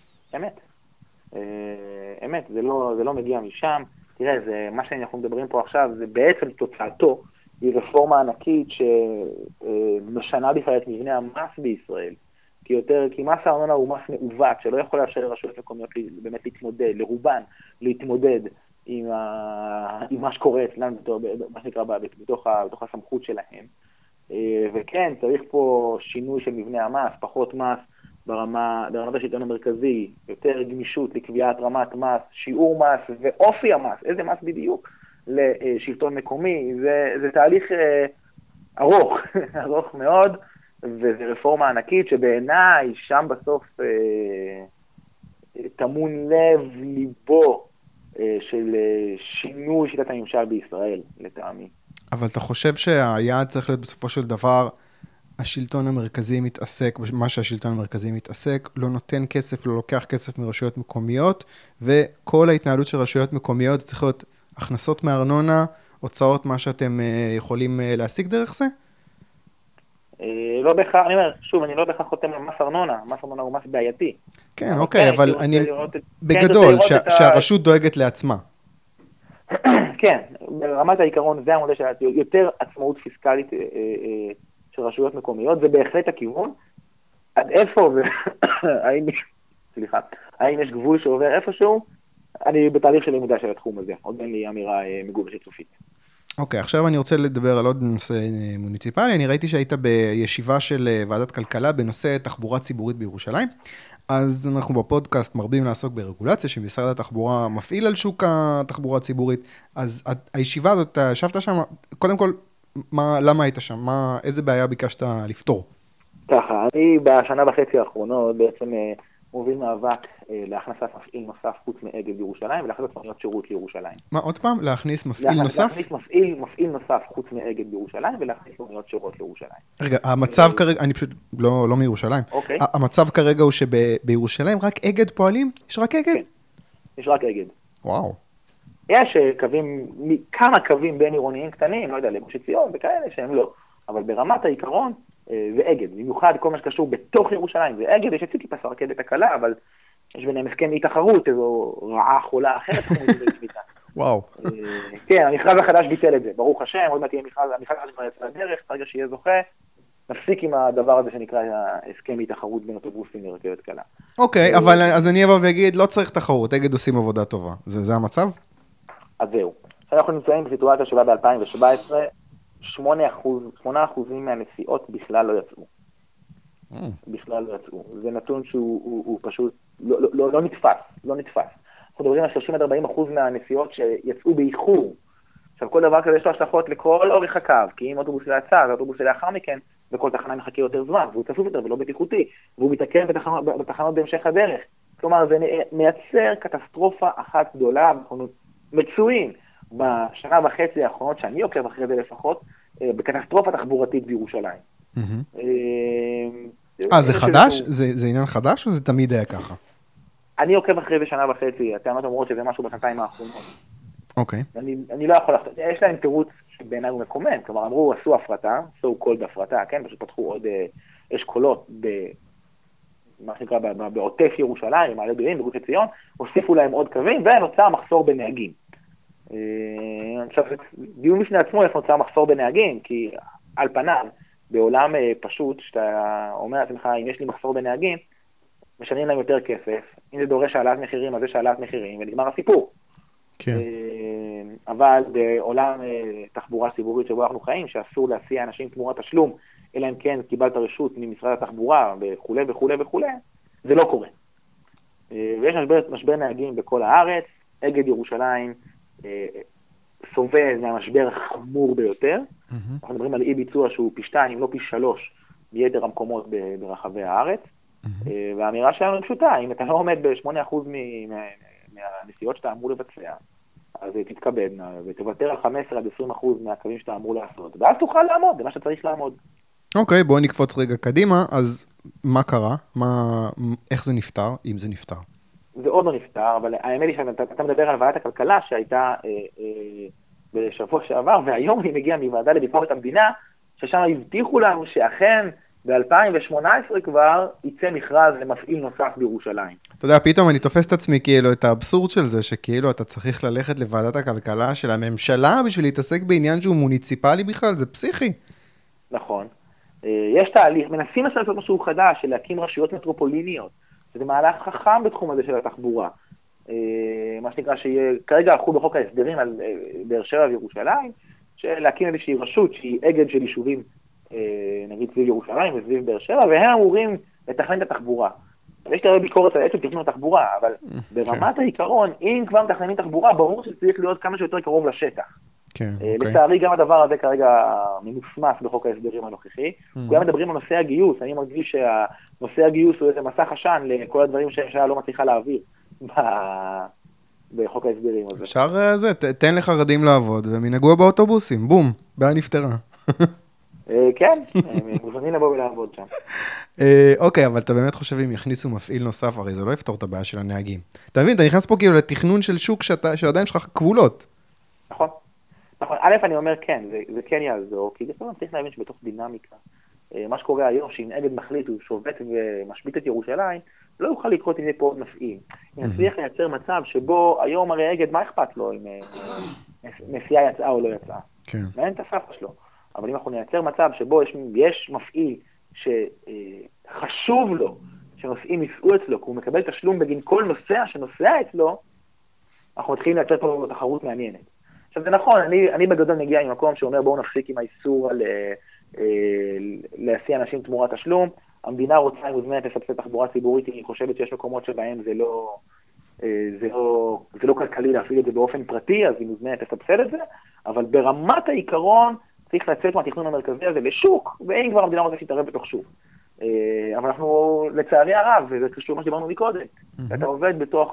אמת, זה לא מגיע משם. תראה, מה שאנחנו מדברים פה עכשיו, זה בעצם תוצאתו, היא רפורמה ענקית שמשנה בכלל את מבנה המס בישראל, כי מס הארנונה הוא מס מעוות, שלא יכול לאפשר לרשויות מקומיות באמת להתמודד, לרובן להתמודד עם מה שקורה אצלנו, מה שנקרא, בתוך הסמכות שלהם. וכן, צריך פה שינוי של מבנה המס, פחות מס ברמת השלטון המרכזי, יותר גמישות לקביעת רמת מס, שיעור מס ואופי המס, איזה מס בדיוק, לשלטון מקומי. זה תהליך ארוך, ארוך מאוד, וזה רפורמה ענקית שבעיניי שם בסוף טמון לב ליבו של שינוי שיטת הממשל בישראל, לטעמי. אבל אתה חושב שהיעד צריך להיות בסופו של דבר, השלטון המרכזי מתעסק, מה שהשלטון המרכזי מתעסק, לא נותן כסף, לא לוקח כסף מרשויות מקומיות, וכל ההתנהלות של רשויות מקומיות צריך להיות הכנסות מארנונה, הוצאות, מה שאתם יכולים להשיג דרך זה? לא בכך, אני אומר, שוב, אני לא בכך חותם על מס ארנונה, מס ארנונה הוא מס בעייתי. כן, אוקיי, אבל אני, בגדול, שהרשות דואגת לעצמה. כן, ברמת העיקרון זה המודל של יותר עצמאות פיסקלית של רשויות מקומיות, זה בהחלט הכיוון. עד איפה, האם יש גבול שעובר איפשהו? אני בתהליך של לימודה של התחום הזה, עוד אין לי אמירה מגובשת סופית. אוקיי, עכשיו אני רוצה לדבר על עוד נושא מוניציפלי. אני ראיתי שהיית בישיבה של ועדת כלכלה בנושא תחבורה ציבורית בירושלים. אז אנחנו בפודקאסט מרבים לעסוק ברגולציה שמשרד התחבורה מפעיל על שוק התחבורה הציבורית. אז הישיבה הזאת, ישבת שם, קודם כל, למה היית שם? איזה בעיה ביקשת לפתור? ככה, אני בשנה וחצי האחרונות בעצם מוביל מאבק להכנסת מפעיל נוסף חוץ מאגד בירושלים ולהכנסת מוניות שירות לירושלים. מה, עוד פעם? להכניס מפעיל נוסף? להכניס מפעיל נוסף חוץ מאגד בירושלים ולהכניס מוניות שירות לירושלים. רגע, המצב כרגע, אני פשוט לא מירושלים. אוקיי. המצב כרגע הוא שבירושלים רק אגד פועלים? יש רק אגד? כן, יש רק אגד. וואו. יש כמה קווים בין עירוניים קטנים, לא יודע, לגוש עציון וכאלה שהם לא. אבל ברמת העיקרון, זה אגד, במיוחד כל מה שקשור בתוך ירושלים, זה אגד, יש אצלי פס הרכבת הקלה, אבל יש ביניהם הסכם אי-תחרות, איזו רעה חולה אחרת, וואו. כן, המכרז החדש ביטל את זה, ברוך השם, עוד מעט יהיה המכרז החדש כבר יצא לדרך, ברגע שיהיה זוכה, נפסיק עם הדבר הזה שנקרא הסכם אי-תחרות בין אוטובוסים לרכבת קלה. אוקיי, אבל אז אני אבוא ואגיד, לא צריך תחרות, אגד עושים עבודה טובה, זה המצב? אז זהו. אנחנו נמצאים בסיטואציה שבה ב-2017, 8% מהנסיעות בכלל לא יצאו. בכלל לא יצאו. זה נתון שהוא פשוט לא נתפס. אנחנו מדברים על 30-40% מהנסיעות שיצאו באיחור. עכשיו, כל דבר כזה יש לו השלכות לכל אורך הקו, כי אם אוטובוס לא יצא, זה אוטובוס לאחר מכן, וכל תחנה מחכה יותר זמן, והוא צפוף יותר ולא בטיחותי, והוא מתעכב בתחנות בהמשך הדרך. כלומר, זה מייצר קטסטרופה אחת גדולה, ואנחנו מצויים בשנה וחצי האחרונות, שאני עוקב אחרי זה לפחות, בקטסטרופה תחבורתית בירושלים. זה חדש? זה עניין חדש או זה תמיד היה ככה? אני עוקב אחרי זה שנה וחצי, הטענות אומרות שזה משהו בשנתיים האחרונות. אוקיי. אני לא יכול לחתום, יש להם תירוץ שבעיניי הוא מקומם, כלומר אמרו, עשו הפרטה, so called הפרטה, כן, פשוט פתחו עוד אשכולות מה שנקרא בעוטף ירושלים, מעלה אדומים, בגוש עציון, הוסיפו להם עוד קווים, ונוצר מחסור בנהגים. עכשיו, דיון בפני עצמו איך נוצר מחסור בנהגים, כי על פניו, בעולם פשוט, שאתה אומר לעצמך, אם יש לי מחסור בנהגים, משנים להם יותר כסף, אם זה דורש העלאת מחירים, אז יש העלאת מחירים, ונגמר הסיפור. כן. אבל בעולם תחבורה ציבורית שבו אנחנו חיים, שאסור להסיע אנשים תמורת תשלום, אלא אם כן קיבלת רשות ממשרד התחבורה וכו' וכו' וכו', זה לא קורה. ויש משבר נהגים בכל הארץ, אגד ירושלים סובל מהמשבר החמור ביותר, אנחנו מדברים על אי ביצוע שהוא פי 2, אם לא פי 3, ביתר המקומות ברחבי הארץ, והאמירה שלנו פשוטה, אם אתה לא עומד ב-8% מהנסיעות שאתה אמור לבצע, אז תתכבדנה ותוותר על 15-20% מהקווים שאתה אמור לעשות, ואז תוכל לעמוד, זה מה שצריך לעמוד. אוקיי, בואו נקפוץ רגע קדימה, אז מה קרה? איך זה נפטר, אם זה נפטר? זה עוד לא נפטר, אבל האמת היא שאתה מדבר על ועדת הכלכלה שהייתה בשבוע שעבר, והיום היא מגיעה מוועדה לביקורת המדינה, ששם הבטיחו לנו שאכן ב-2018 כבר יצא מכרז למפעיל נוסף בירושלים. אתה יודע, פתאום אני תופס את עצמי כאילו את האבסורד של זה, שכאילו אתה צריך ללכת לוועדת הכלכלה של הממשלה בשביל להתעסק בעניין שהוא מוניציפלי בכלל, זה פסיכי. נכון. יש תהליך, מנסים לעשות משהו חדש, של להקים רשויות מטרופוליניות, שזה מהלך חכם בתחום הזה של התחבורה. מה שנקרא שכרגע הלכו בחוק ההסדרים על באר שבע וירושלים, להקים איזושהי רשות שהיא אגד של יישובים, נגיד סביב ירושלים וסביב באר שבע, והם אמורים לתכנן את התחבורה. יש הרבה ביקורת על עצם תכנון התחבורה, אבל ברמת העיקרון, אם כבר מתכננים תחבורה, ברור שצריך להיות כמה שיותר קרוב לשטח. לצערי גם הדבר הזה כרגע ממוסמס בחוק ההסדרים הנוכחי. כולם מדברים על נושא הגיוס, אני מרגיש שנושא הגיוס הוא איזה מסך עשן לכל הדברים שהממשלה לא מצליחה להעביר בחוק ההסדרים הזה. אפשר זה, תן לחרדים לעבוד, והם ינהגו באוטובוסים, בום, בעיה נפתרה. כן, הם מוזמנים לבוא ולעבוד שם. אוקיי, אבל אתה באמת חושב אם יכניסו מפעיל נוסף, הרי זה לא יפתור את הבעיה של הנהגים. אתה מבין, אתה נכנס פה כאילו לתכנון של שוק שעדיין שלך כבולות. נכון. נכון, א', אני אומר כן, זה כן יעזור, כי לפעמים צריך להבין שבתוך דינמיקה, מה שקורה היום, שאם אגד מחליט הוא שובת ומשבית את ירושלים, לא יוכל לקרות עם זה פה עוד מפעיל. אם נצליח לייצר מצב שבו היום הרי אגד, מה אכפת לו אם נסיעה יצאה או לא יצאה? כן. מעניין את הסבתא שלו. אבל אם אנחנו נייצר מצב שבו יש מפעיל שחשוב לו שנוסעים ייסעו אצלו, כי הוא מקבל תשלום בגין כל נוסע שנוסע אצלו, אנחנו מתחילים לייצר פה תחרות מעניינת. עכשיו זה נכון, אני בגדול מגיע עם מקום שאומר בואו נפסיק עם האיסור על להסיע אנשים תמורת תשלום, המדינה רוצה מוזמנת לסבסד תחבורה ציבורית, היא חושבת שיש מקומות שבהם זה לא כלכלי להפעיל את זה באופן פרטי, אז היא מוזמנת לסבסד את זה, אבל ברמת העיקרון צריך לצאת מהתכנון המרכזי הזה לשוק, ואין כבר המדינה רוצה להתערב בתוך שוק. אבל אנחנו, לצערי הרב, וזה קשור מה שדיברנו מקודם, אתה עובד בתוך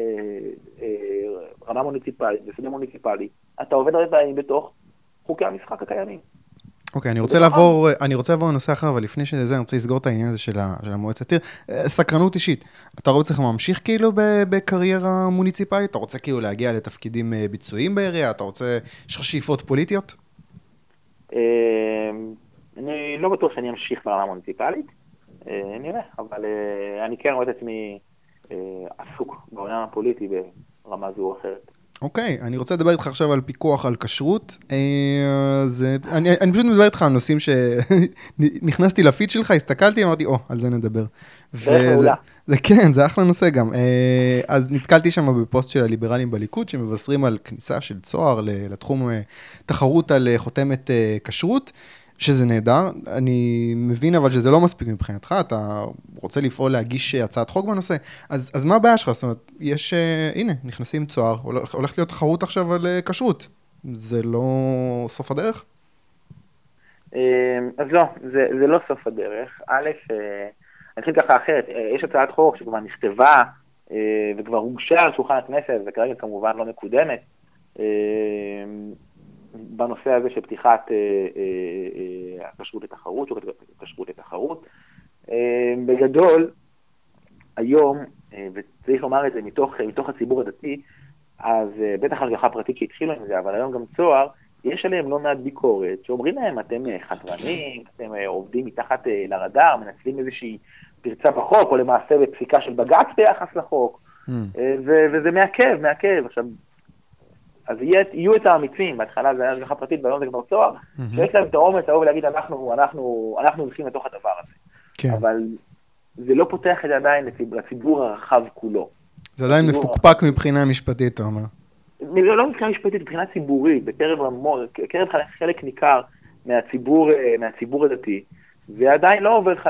רמה מוניציפלית, בסדר מוניציפלי, אתה עובד הרבה פעמים בתוך חוקי המשחק הקיימים. אוקיי, אני רוצה לעבור לנושא אחר, אבל לפני שזה, אני רוצה לסגור את העניין הזה של המועצת עיר. סקרנות אישית, אתה רוצה להמשיך כאילו בקריירה מוניציפלית? אתה רוצה כאילו להגיע לתפקידים ביצועיים בעירייה? אתה רוצה, יש לך שאיפות פוליטיות? אני לא בטוח שאני אמשיך ברמה מוניציפלית, נראה, אבל אני כן רואה את עצמי עסוק בעולם הפוליטי ברמה זו או אחרת. אוקיי, אני רוצה לדבר איתך עכשיו על פיקוח על כשרות. אני פשוט מדבר איתך על נושאים שנכנסתי לפיד שלך, הסתכלתי, אמרתי, על זה נדבר. זה כן, זה אחלה נושא גם. אז נתקלתי שם בפוסט של הליברלים בליכוד, שמבשרים על כניסה של צוהר לתחום תחרות על חותמת כשרות, שזה נהדר. אני מבין אבל שזה לא מספיק מבחינתך, אתה רוצה לפעול להגיש הצעת חוק בנושא, אז מה הבעיה שלך? זאת אומרת, הנה, נכנסים צוהר, הולכת להיות תחרות עכשיו על כשרות. זה לא סוף הדרך? אז לא, זה לא סוף הדרך. א', אני אתחיל ככה אחרת, יש הצעת חוק שכבר נכתבה, וכבר הוגשה על שולחן הכנסת, וכרגע כמובן לא מקודמת, בנושא הזה של פתיחת הכשרות לתחרות, שוק הכשרות לתחרות. בגדול, היום וצריך לומר את זה מתוך הציבור הדתי, אז בטח השגחה פרטית שהתחילו עם זה, אבל היום גם צוהר, יש עליהם לא מעט ביקורת, שאומרים להם, אתם חתרנים, אתם עובדים מתחת לרדאר, מנצלים איזושהי פרצה בחוק, או למעשה בפסיקה של בג"ץ ביחס לחוק, וזה מעכב. עכשיו, אז יהיו את האמיצים, בהתחלה זה היה השגחה פרטית, והיום זה כבר צוהר, שיש להם את האומץ לבוא ולהגיד, אנחנו הולכים לתוך הדבר הזה. כן. אבל זה לא פותח את זה עדיין לציבור הרחב כולו. זה עדיין מפוקפק מבחינה משפטית, אתה אומר. לא מבחינה משפטית, מבחינה ציבורית, בקרב חלק ניכר מהציבור הדתי, זה עדיין לא עובר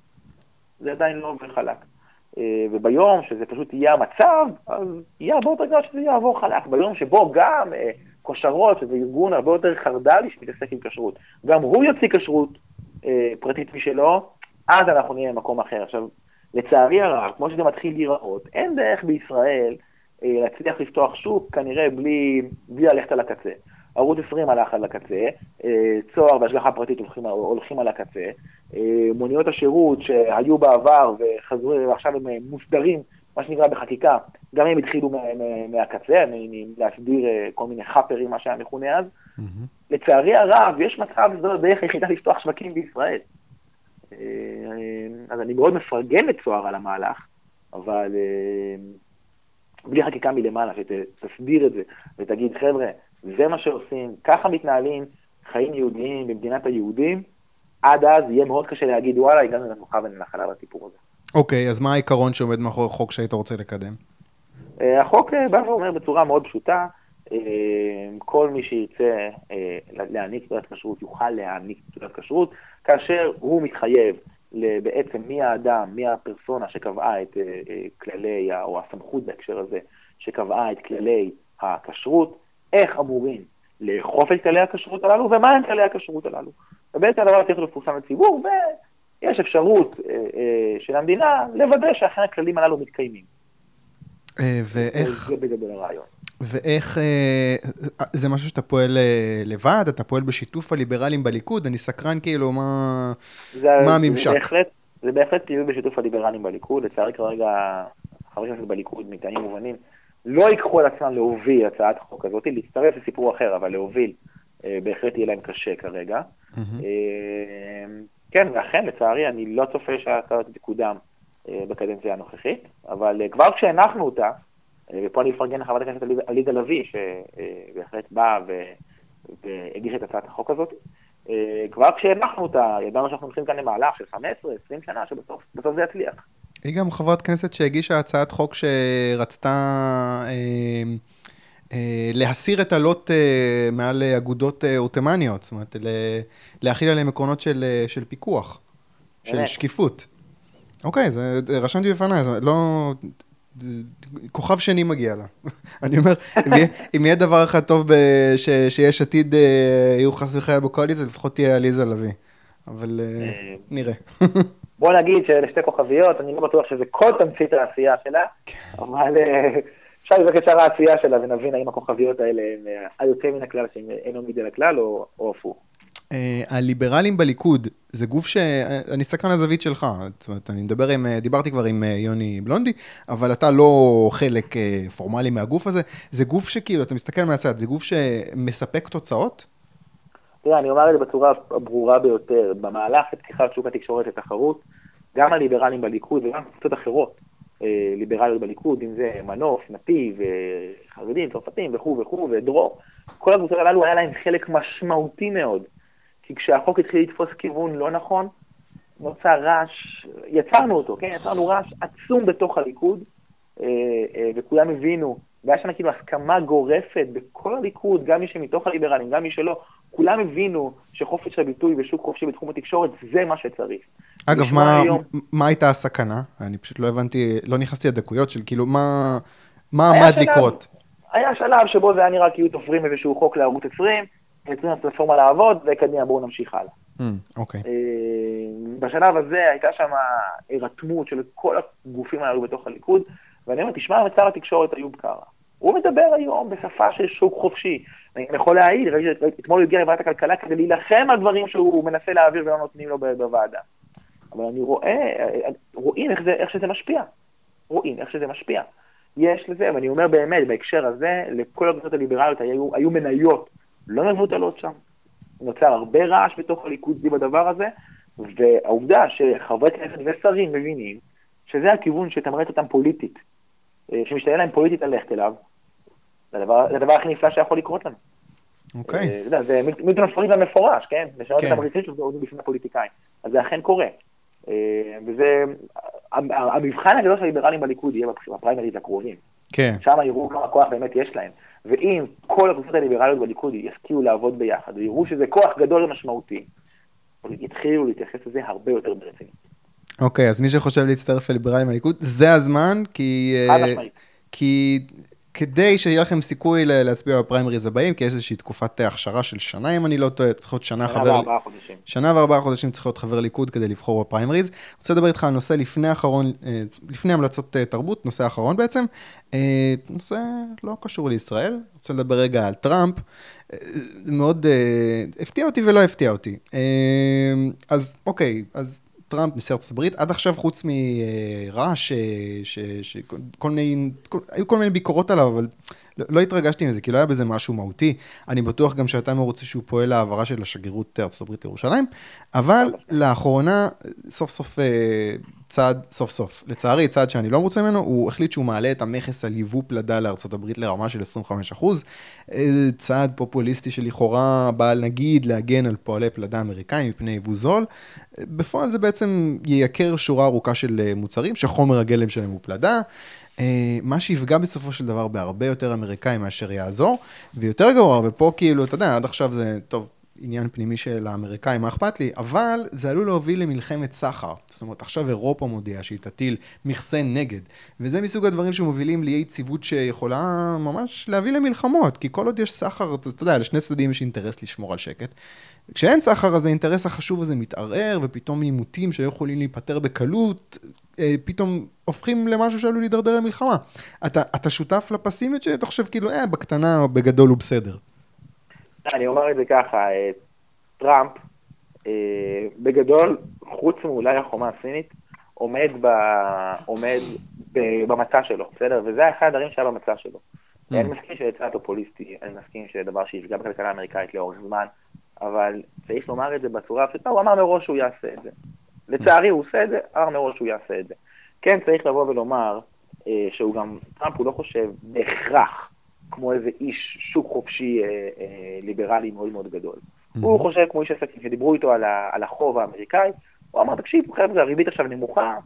חלק. וביום שזה פשוט יהיה המצב, אז יהיה הרבה יותר גדול שזה יעבור חלק. ביום שבו גם כושרות, שזה ארגון הרבה יותר חרדלי שמתעסק עם כשרות, גם הוא יוציא כשרות פרטית משלו, אז אנחנו נהיה במקום אחר. עכשיו, לצערי הרב, כמו שזה מתחיל להיראות, אין דרך בישראל להצליח לפתוח שוק, כנראה בלי ללכת על הקצה. ערוץ 20 הלך על הקצה, צוהר והשגחה פרטית הולכים על הקצה, מוניות השירות שהיו בעבר וחזרו ועכשיו הם מוסדרים, מה שנקרא בחקיקה, גם הם התחילו מהקצה, להסדיר כל מיני חפרים, מה שהיה מכונה אז. לצערי הרב, יש מצב, זו הדרך היחידה לפתוח שווקים בישראל. אז אני מאוד מפרגן את צוהר על המהלך, אבל בלי חקיקה מלמעלה, שתסדיר את זה, ותגיד, חבר'ה, זה מה שעושים, ככה מתנהלים חיים יהודיים במדינת היהודים, עד אז יהיה מאוד קשה להגיד, וואלה, הגענו למנוחה ולנחלה בסיפור הזה. אוקיי, אז מה העיקרון שעומד מאחורי החוק שהיית רוצה לקדם? החוק בא ואומר בצורה מאוד פשוטה, כל מי שירצה להעניק תעודת כשרות יוכל להעניק תעודת כשרות, כאשר הוא מתחייב בעצם מי האדם, מי הפרסונה שקבעה את כללי, או הסמכות בהקשר הזה, שקבעה את כללי הכשרות, איך אמורים לאכוף את כללי הכשרות הללו, ומה הם כללי הכשרות הללו. ובעצם הדבר צריך לפורסם לציבור, ויש אפשרות של המדינה לוודא שאכן הכללים הללו מתקיימים. ואיך... זה בגדול הרעיון. ואיך, זה משהו שאתה פועל לבד, אתה פועל בשיתוף הליברלים בליכוד, אני סקרן כאילו מה הממשק. זה בהחלט פעילות בשיתוף הליברלים בליכוד, לצערי כרגע חברי כנסת בליכוד מטעמים מובנים, לא ייקחו על עצמם להוביל הצעת חוק הזאת, להצטרף לסיפור אחר, אבל להוביל בהחלט יהיה להם קשה כרגע. כן, ואכן לצערי אני לא צופה שההצעה הזאת תקודם בקדנציה הנוכחית, אבל כבר כשהנחנו אותה, ופה אני אפרגן לחברת הכנסת עליזה לביא, שבהחלט באה והגיש את הצעת החוק הזאת. כבר כשהנחנו אותה, ידענו שאנחנו הולכים כאן למהלך של 15-20 שנה, שבסוף זה יצליח. היא גם חברת כנסת שהגישה הצעת חוק שרצתה להסיר את הלוט מעל אגודות אוטומניות, זאת אומרת, להכיל עליהם עקרונות של פיקוח, של שקיפות. אוקיי, זה רשמתי בפניי, זה לא... כוכב שני מגיע לה. אני אומר, אם יהיה דבר אחד טוב שיש עתיד, יהיו חס וחלילה בקואליציה, לפחות תהיה עליזה לביא. אבל נראה. בוא נגיד שלשתי כוכביות, אני לא בטוח שזה כל תמצית העשייה שלה, אבל אפשר לבקש את שאר העשייה שלה ונבין האם הכוכביות האלה הם היוצא מן הכלל, שהם אינו מדי לכלל או הפוך. הליברלים בליכוד, זה גוף שאני סקרן הזווית שלך, זאת אומרת, דיברתי כבר עם יוני בלונדי, אבל אתה לא חלק פורמלי מהגוף הזה, זה גוף שכאילו, אתה מסתכל מהצד, זה גוף שמספק תוצאות? תראה, אני אומר את זה בצורה הברורה ביותר, במהלך לפתיחת שוק התקשורת לתחרות, גם הליברלים בליכוד וגם קבוצות אחרות, ליברליות בליכוד, אם זה מנוף, נתיב, חרדים, צרפתים וכו' ודרור, כל הקבוצות הללו היה להם חלק משמעותי מאוד, כי כשהחוק התחיל לתפוס כיוון לא נכון, נוצר רעש, יצרנו אותו, כן? יצרנו רעש עצום בתוך הליכוד, וכולם הבינו, והיה שם כאילו הסכמה גורפת בכל הליכוד, גם מי שמתוך הליברלים, גם מי שלא, כולם הבינו שחופש הביטוי ושוק חופשי בתחום התקשורת, זה מה שצריך. אגב, מה הייתה הסכנה? אני פשוט לא הבנתי, לא נכנסתי לדקויות של כאילו, מה עמד לקרות? היה שלב שבו זה היה נראה כאילו תופרים איזשהו חוק לערוץ 20, יצרים את הפלטפורמה לעבוד, וקדימה בואו נמשיך הלאה. אוקיי. בשלב הזה הייתה שם הרתמות של כל הגופים האלו בתוך הליכוד, ואני אומר, תשמע מצר התקשורת איוב קרא. הוא מדבר היום בשפה של שוק חופשי. אני יכול להעיד, אתמול הוא הגיע לוועדת הכלכלה כדי להילחם על דברים שהוא מנסה להעביר ולא נותנים לו בוועדה. אבל אני רואים איך שזה משפיע. רואים איך שזה משפיע. יש לזה, ואני אומר באמת, בהקשר הזה, לכל הקבוצות הליברליות היו מניות לא מבוטלות שם. נוצר הרבה רעש בתוך הליכוד סביב הדבר הזה, והעובדה שחברי כנסת ושרים מבינים שזה הכיוון שתמרץ אותם פוליטית, שמשתנה להם פוליטית ללכת אליו, זה הדבר הכי נפלא שיכול לקרות לנו. אוקיי. זה מילטון פרידמן המפורש, כן? לשנות את המריצים שלו בפני הפוליטיקאים. אז זה אכן קורה. וזה, המבחן הגדול של הליברלים בליכוד יהיה בפריימריז הקרובים. כן. שם יראו כמה כוח באמת יש להם. ואם כל הקבוצות הליברליות בליכוד יסכימו לעבוד ביחד, ויראו שזה כוח גדול ומשמעותי, יתחילו להתייחס לזה הרבה יותר ברצינות. אוקיי, אז מי שחושב להצטרף לליברלים בליכוד, זה הזמן, כי כדי שיהיה לכם סיכוי להצביע בפריימריז הבאים, כי יש איזושהי תקופת הכשרה של שנה, אם אני לא טועה, צריך להיות שנה חודשים. שנה ו4 חודשים צריך להיות חבר ליכוד כדי לבחור בפריימריז. אני רוצה לדבר איתך על נושא לפני המלצות תרבות, נושא אחרון בעצם, נושא לא קשור לישראל, אני רוצה לדבר רגע על טראמפ, מאוד הפתיע אותי ולא הפתיע אותי. אז אוקיי, אז טראמפ, נשיא ארצות הברית, עד עכשיו חוץ מרעש, היו כל מיני ביקורות עליו, אבל לא התרגשתי מזה, כי לא היה בזה משהו מהותי. אני בטוח גם שאתה מרוצה שהוא פועל להעברה של השגרירות ארצות הברית לירושלים, אבל לאחרונה, סוף סוף, לצערי, צעד שאני לא מרוצה ממנו, הוא החליט שהוא מעלה את המכס על ייבוא פלדה לארצות הברית לרמה של 25%, צעד פופוליסטי שלכאורה בא נגיד להגן על פועלי פלדה אמריקאים מפני ייבוא זול, בפועל זה בעצם יייקר שורה ארוכה של מוצרים, שחומר הגלם שלהם הוא פלדה, מה שיפגע בסופו של דבר בהרבה יותר אמריקאים מאשר יעזור, ויותר גרוע, ופה כאילו, אתה יודע, עד עכשיו זה טוב, עניין פנימי של האמריקאים, מה אכפת לי, אבל זה עלול להוביל למלחמת סחר. זאת אומרת, עכשיו אירופה מודיעה שהיא תטיל מכסה נגד, וזה מסוג הדברים שמובילים לאי יציבות שיכולה ממש להביא למלחמות, כי כל עוד יש סחר, אתה יודע, לשני צדדים יש אינטרס לשמור על שקט. כשאין סחר, אז האינטרס החשוב הזה מתערער, ופתאום עימותים שהיו יכולים להיפטר בקלות, פתאום הופכים למשהו שעלול להידרדר למלחמה. אתה שותף לפסימיות שאתה חושב כאילו, בקטנה או בגדול הוא בסדר. אני אומר את זה ככה, טראמפ, בגדול, חוץ מאולי החומה הסינית, עומד במצע שלו, בסדר? וזה אחד הדברים שהיה במצע שלו. אני מסכים שזה צעד פופוליסטי, אני מסכים שזה דבר שיפגע בכלכלה האמריקאית לאורך זמן, אבל צריך לומר את זה בצורה הפשוטה, הוא אמר מראש שהוא יעשה את זה. לצערי הוא עושה את זה, אמר מראש שהוא יעשה את זה. כן, צריך לבוא ולומר שהוא גם, טראמפ הוא לא חושב בהכרח, כמו איזה איש שוק חופשי ליברלי מאוד מאוד גדול. הוא חושב כמו איש עסקים, שדיברו איתו על החוב האמריקאי, הוא אמר, תקשיב, חבר'ה, הריבית עכשיו נמוכה,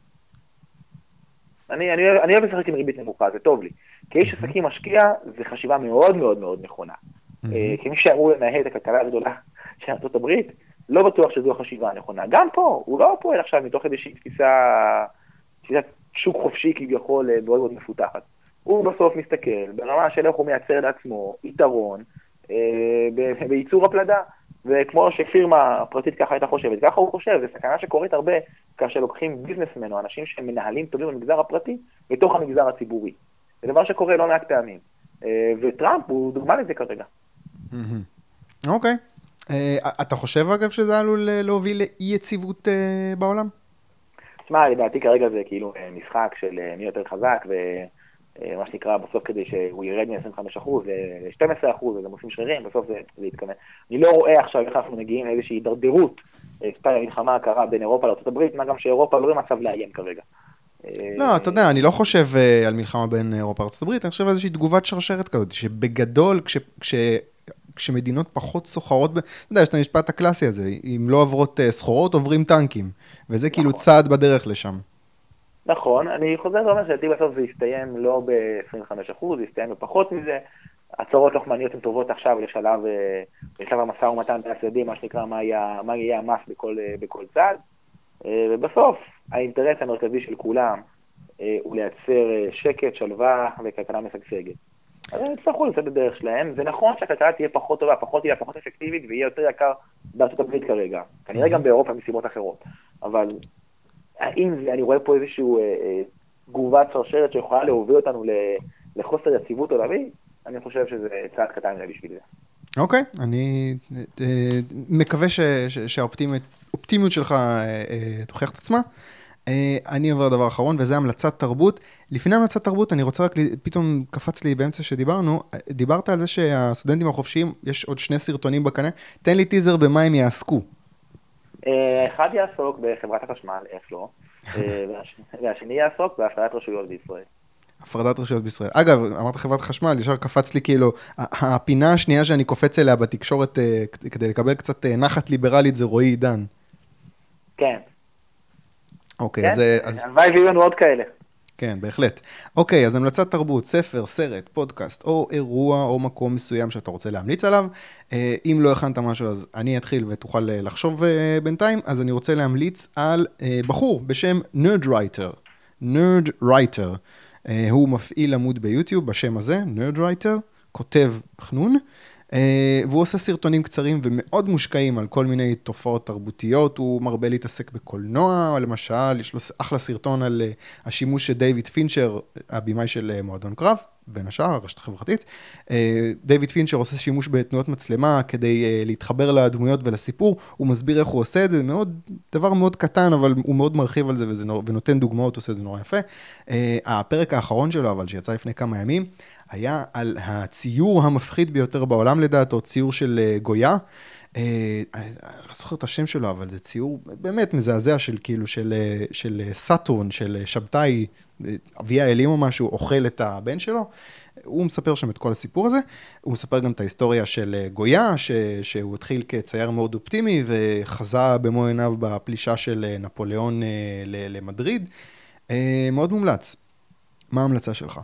אני אוהב לשחק עם ריבית נמוכה, זה טוב לי. כאיש עסקים משקיע, זה חשיבה מאוד מאוד מאוד נכונה. כמי שאמרו לנהל את הכלכלה הגדולה של ארצות הברית, לא בטוח שזו החשיבה הנכונה. גם פה, הוא לא פועל עכשיו מתוך איזושהי תפיסת שוק חופשי כביכול מאוד מאוד מפותחת. הוא בסוף מסתכל ברמה של איך הוא מייצר לעצמו יתרון בייצור הפלדה. וכמו שפירמה פרטית ככה הייתה חושבת, ככה הוא חושב, זה סכנה שקורית הרבה כאשר לוקחים ביזנסמן או אנשים שמנהלים טובים במגזר הפרטי בתוך המגזר הציבורי. זה דבר שקורה לא מעט פעמים. וטראמפ הוא דוגמה לזה כרגע. אוקיי. אתה חושב אגב שזה עלול להוביל לאי יציבות בעולם? תשמע, לדעתי כרגע זה כאילו משחק של מי יותר חזק ומה שנקרא בסוף כדי שהוא ירד מ-25% ל-12%, אז הם עושים שרירים, בסוף זה יתכנן. אני לא רואה עכשיו איך אנחנו מגיעים לאיזושהי הידרדרות סטייל המלחמה הקרה בין אירופה לארצות הברית, מה גם שאירופה לא במצב לאיים כרגע. לא, אתה יודע, אני לא חושב על מלחמה בין אירופה לארצות הברית, אני חושב על איזושהי תגובת שרשרת כזאת, שבגדול כשמדינות פחות סוחרות, אתה יודע, יש את המשפט הקלאסי הזה, אם לא עוברות סחורות, עוברים טנקים, וזה כאילו צעד בדרך לשם. נכון, אני חוזר ואומר שלדעתי בסוף זה יסתיים לא ב-25%, זה יסתיים בפחות מזה, הצהרות לוחמניות הן טובות עכשיו לשלב המשא ומתן בין הצדדים, מה שנקרא מה יהיה המס בכל צד, ובסוף האינטרס המרכזי של כולם הוא לייצר שקט, שלווה וכלכלה משגשגת. אז הם יצטרכו לצאת בדרך שלהם. זה נכון שהכלכלה תהיה פחות טובה, פחות אפקטיבית, ויהיה יותר יקר בארצות הברית כרגע. כנראה גם באירופה מסיבות אחרות. אבל האם אני רואה פה איזושהי תגובת שרשרת שיכולה להוביל אותנו לחוסר יציבות עולמי, אני חושב שזה צעד קטן בשביל זה. אוקיי, אני מקווה שהאופטימיות שלך תוכיח את עצמה. אני עובר דבר אחרון, וזה המלצת תרבות. לפני המלצת תרבות, אני רוצה רק, פתאום קפץ לי באמצע שדיברנו, דיברת על זה שהסטודנטים החופשיים, יש עוד 2 סרטונים בקנה, תן לי טיזר במה הם יעסקו. אחד יעסוק בחברת החשמל, איך לא, והשני יעסוק בהפרדת רשויות בישראל. הפרדת רשויות בישראל. אגב, אמרת חברת חשמל, ישר קפץ לי כאילו, הפינה השנייה שאני קופץ אליה בתקשורת, כדי לקבל קצת נחת ליברלית, זה רועי עידן. כן. אוקיי, אז... הלוואי ויהיו לנו עוד כאלה. כן, בהחלט. אוקיי, אז המלצת תרבות, ספר, סרט, פודקאסט, או אירוע, או מקום מסוים שאתה רוצה להמליץ עליו. אם לא הכנת משהו, אז אני אתחיל ותוכל לחשוב בינתיים. אז אני רוצה להמליץ על בחור בשם NerdWriter. NerdWriter. הוא מפעיל עמוד ביוטיוב בשם הזה, NerdWriter, כותב חנון. והוא עושה סרטונים קצרים ומאוד מושקעים על כל מיני תופעות תרבותיות, הוא מרבה להתעסק בקולנוע, למשל, יש לו אחלה סרטון על השימוש של דיוויד פינצ'ר, הבימאי של מועדון קרב, בין השאר, הרשת החברתית. דיוויד פינצ'ר עושה שימוש בתנועות מצלמה כדי להתחבר לדמויות ולסיפור, הוא מסביר איך הוא עושה את זה, דבר מאוד קטן, אבל הוא מאוד מרחיב על זה ונותן דוגמאות, הוא עושה את זה נורא יפה. הפרק האחרון שלו, אבל שיצא לפני כמה ימים, היה על הציור המפחיד ביותר בעולם לדעתו, ציור של גויה. אני לא זוכר את השם שלו, אבל זה ציור באמת מזעזע של כאילו של סאטורן, של שבתאי, אבי האלים או משהו, אוכל את הבן שלו. הוא מספר שם את כל הסיפור הזה. הוא מספר גם את ההיסטוריה של גויה, שהוא התחיל כצייר מאוד אופטימי, וחזה במו עיניו בפלישה של נפוליאון למדריד. מאוד מומלץ. מה ההמלצה שלך?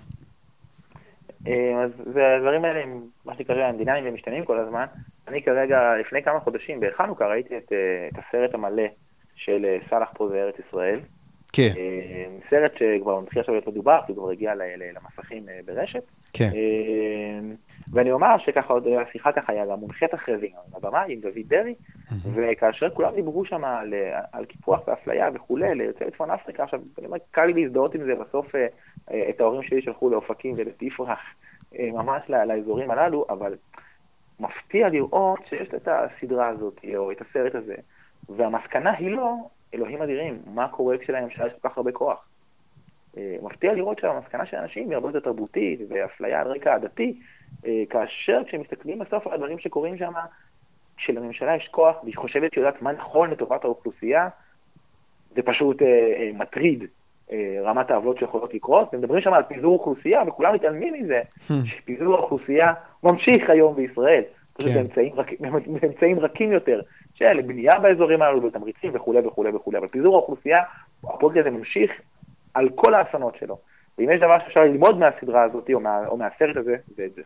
אז הדברים האלה הם, מה שנקרא, הם דינמיים ומשתנים כל הזמן. אני כרגע, לפני כמה חודשים, בחנוכה ראיתי את הסרט המלא של סלאח פה בארץ ישראל. כן. סרט שכבר מתחיל עכשיו להיות מדובר, כי הוא כבר הגיע למסכים ברשת. כן. ואני אומר שככה עוד השיחה ככה היה למונחת אחרי זה, הבמה עם דוד דרי, וכאשר כולם דיברו שם על קיפוח ואפליה וכולי, ליוצאי צפון אפריקה, עכשיו, אני אומר, קל לי להזדהות עם זה, בסוף את ההורים שלי שלחו לאופקים ולתפרח, ממש לאזורים הללו, אבל מפתיע לראות שיש את הסדרה הזאת, או את הסרט הזה, והמסקנה היא לא, אלוהים אדירים, מה קורה כשלממשלה יש כל כך הרבה כוח. מפתיע לראות שהמסקנה של אנשים היא הרבה יותר תרבותית ואפליה על רקע עדתי, כאשר כשמסתכלים בסוף על הדברים שקורים שם, כשלממשלה יש כוח והיא חושבת שיודעת מה נכון לטובת האוכלוסייה, זה פשוט מטריד רמת העוולות שיכולות לקרות, ומדברים שם על פיזור אוכלוסייה, וכולם מתעלמים מזה, שפיזור האוכלוסייה ממשיך היום בישראל, פשוט באמצעים רכים יותר, של בנייה באזורים האלו, בתמריצים וכו' וכו' וכו', אבל פיזור האוכלוסייה, הפרויקט הזה ממשיך על כל האסונות שלו. ואם יש דבר שאפשר ללמוד מהסדרה הזאת, או מהסרט הזה, זה את זה.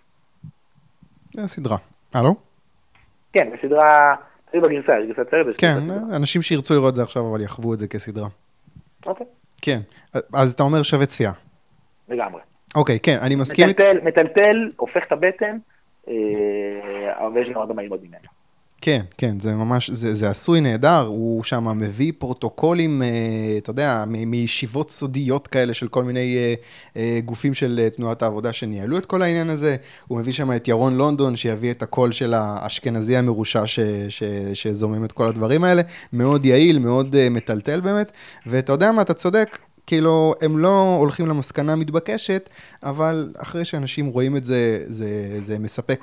זה הסדרה. הלו? כן, בסדרה, זה בגרסה, יש גרסת סרט. כן, אנשים שירצו לראות את זה עכשיו, אבל יחוו את זה כסדרה. אוקיי. כן, אז אתה אומר שווה צפייה. לגמרי. אוקיי, כן, אני מסכים. מטלטל, הופך את הבטן, אבל יש לנו הרבה מה ללמוד ממנו. כן, כן, זה ממש, זה עשוי נהדר, הוא שם מביא פרוטוקולים, אתה יודע, מישיבות סודיות כאלה של כל מיני גופים של תנועת העבודה שניהלו את כל העניין הזה, הוא מביא שם את ירון לונדון שיביא את הקול של האשכנזי המרושע שזומם את כל הדברים האלה, מאוד יעיל, מאוד מטלטל באמת, ואתה יודע מה, אתה צודק, כאילו, הם לא הולכים למסקנה מתבקשת, אבל אחרי שאנשים רואים את זה, זה מספק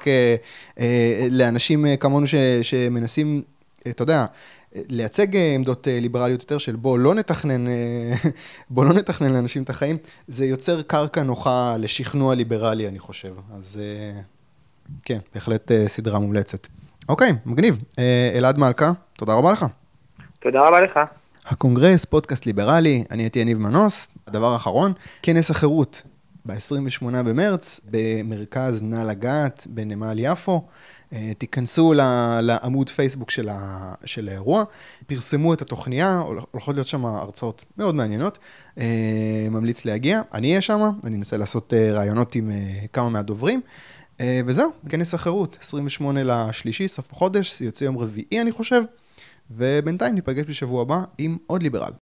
לאנשים כמונו שמנסים, אתה יודע, לייצג עמדות ליברליות יותר של בוא לא נתכנן לאנשים את החיים, זה יוצר קרקע נוחה לשכנוע ליברלי, אני חושב. אז כן, בהחלט סדרה מומלצת. אוקיי, מגניב. אלעד מלכה, תודה רבה לך. תודה רבה לך. הקונגרס, פודקאסט ליברלי, אני הייתי יניב מנוס. הדבר האחרון, כנס החירות, ב-28 במרץ, במרכז נא לגעת, בנמל יפו. תיכנסו לעמוד פייסבוק של האירוע, פרסמו את התוכניה, הולכות להיות שם הרצאות מאוד מעניינות, ממליץ להגיע, אני אהיה שם, אני אנסה לעשות רעיונות עם כמה מהדוברים, וזהו, כנס החירות, 28/3, סוף החודש, יוצא יום רביעי אני חושב, ובינתיים ניפגש בשבוע הבא עם עוד ליברל.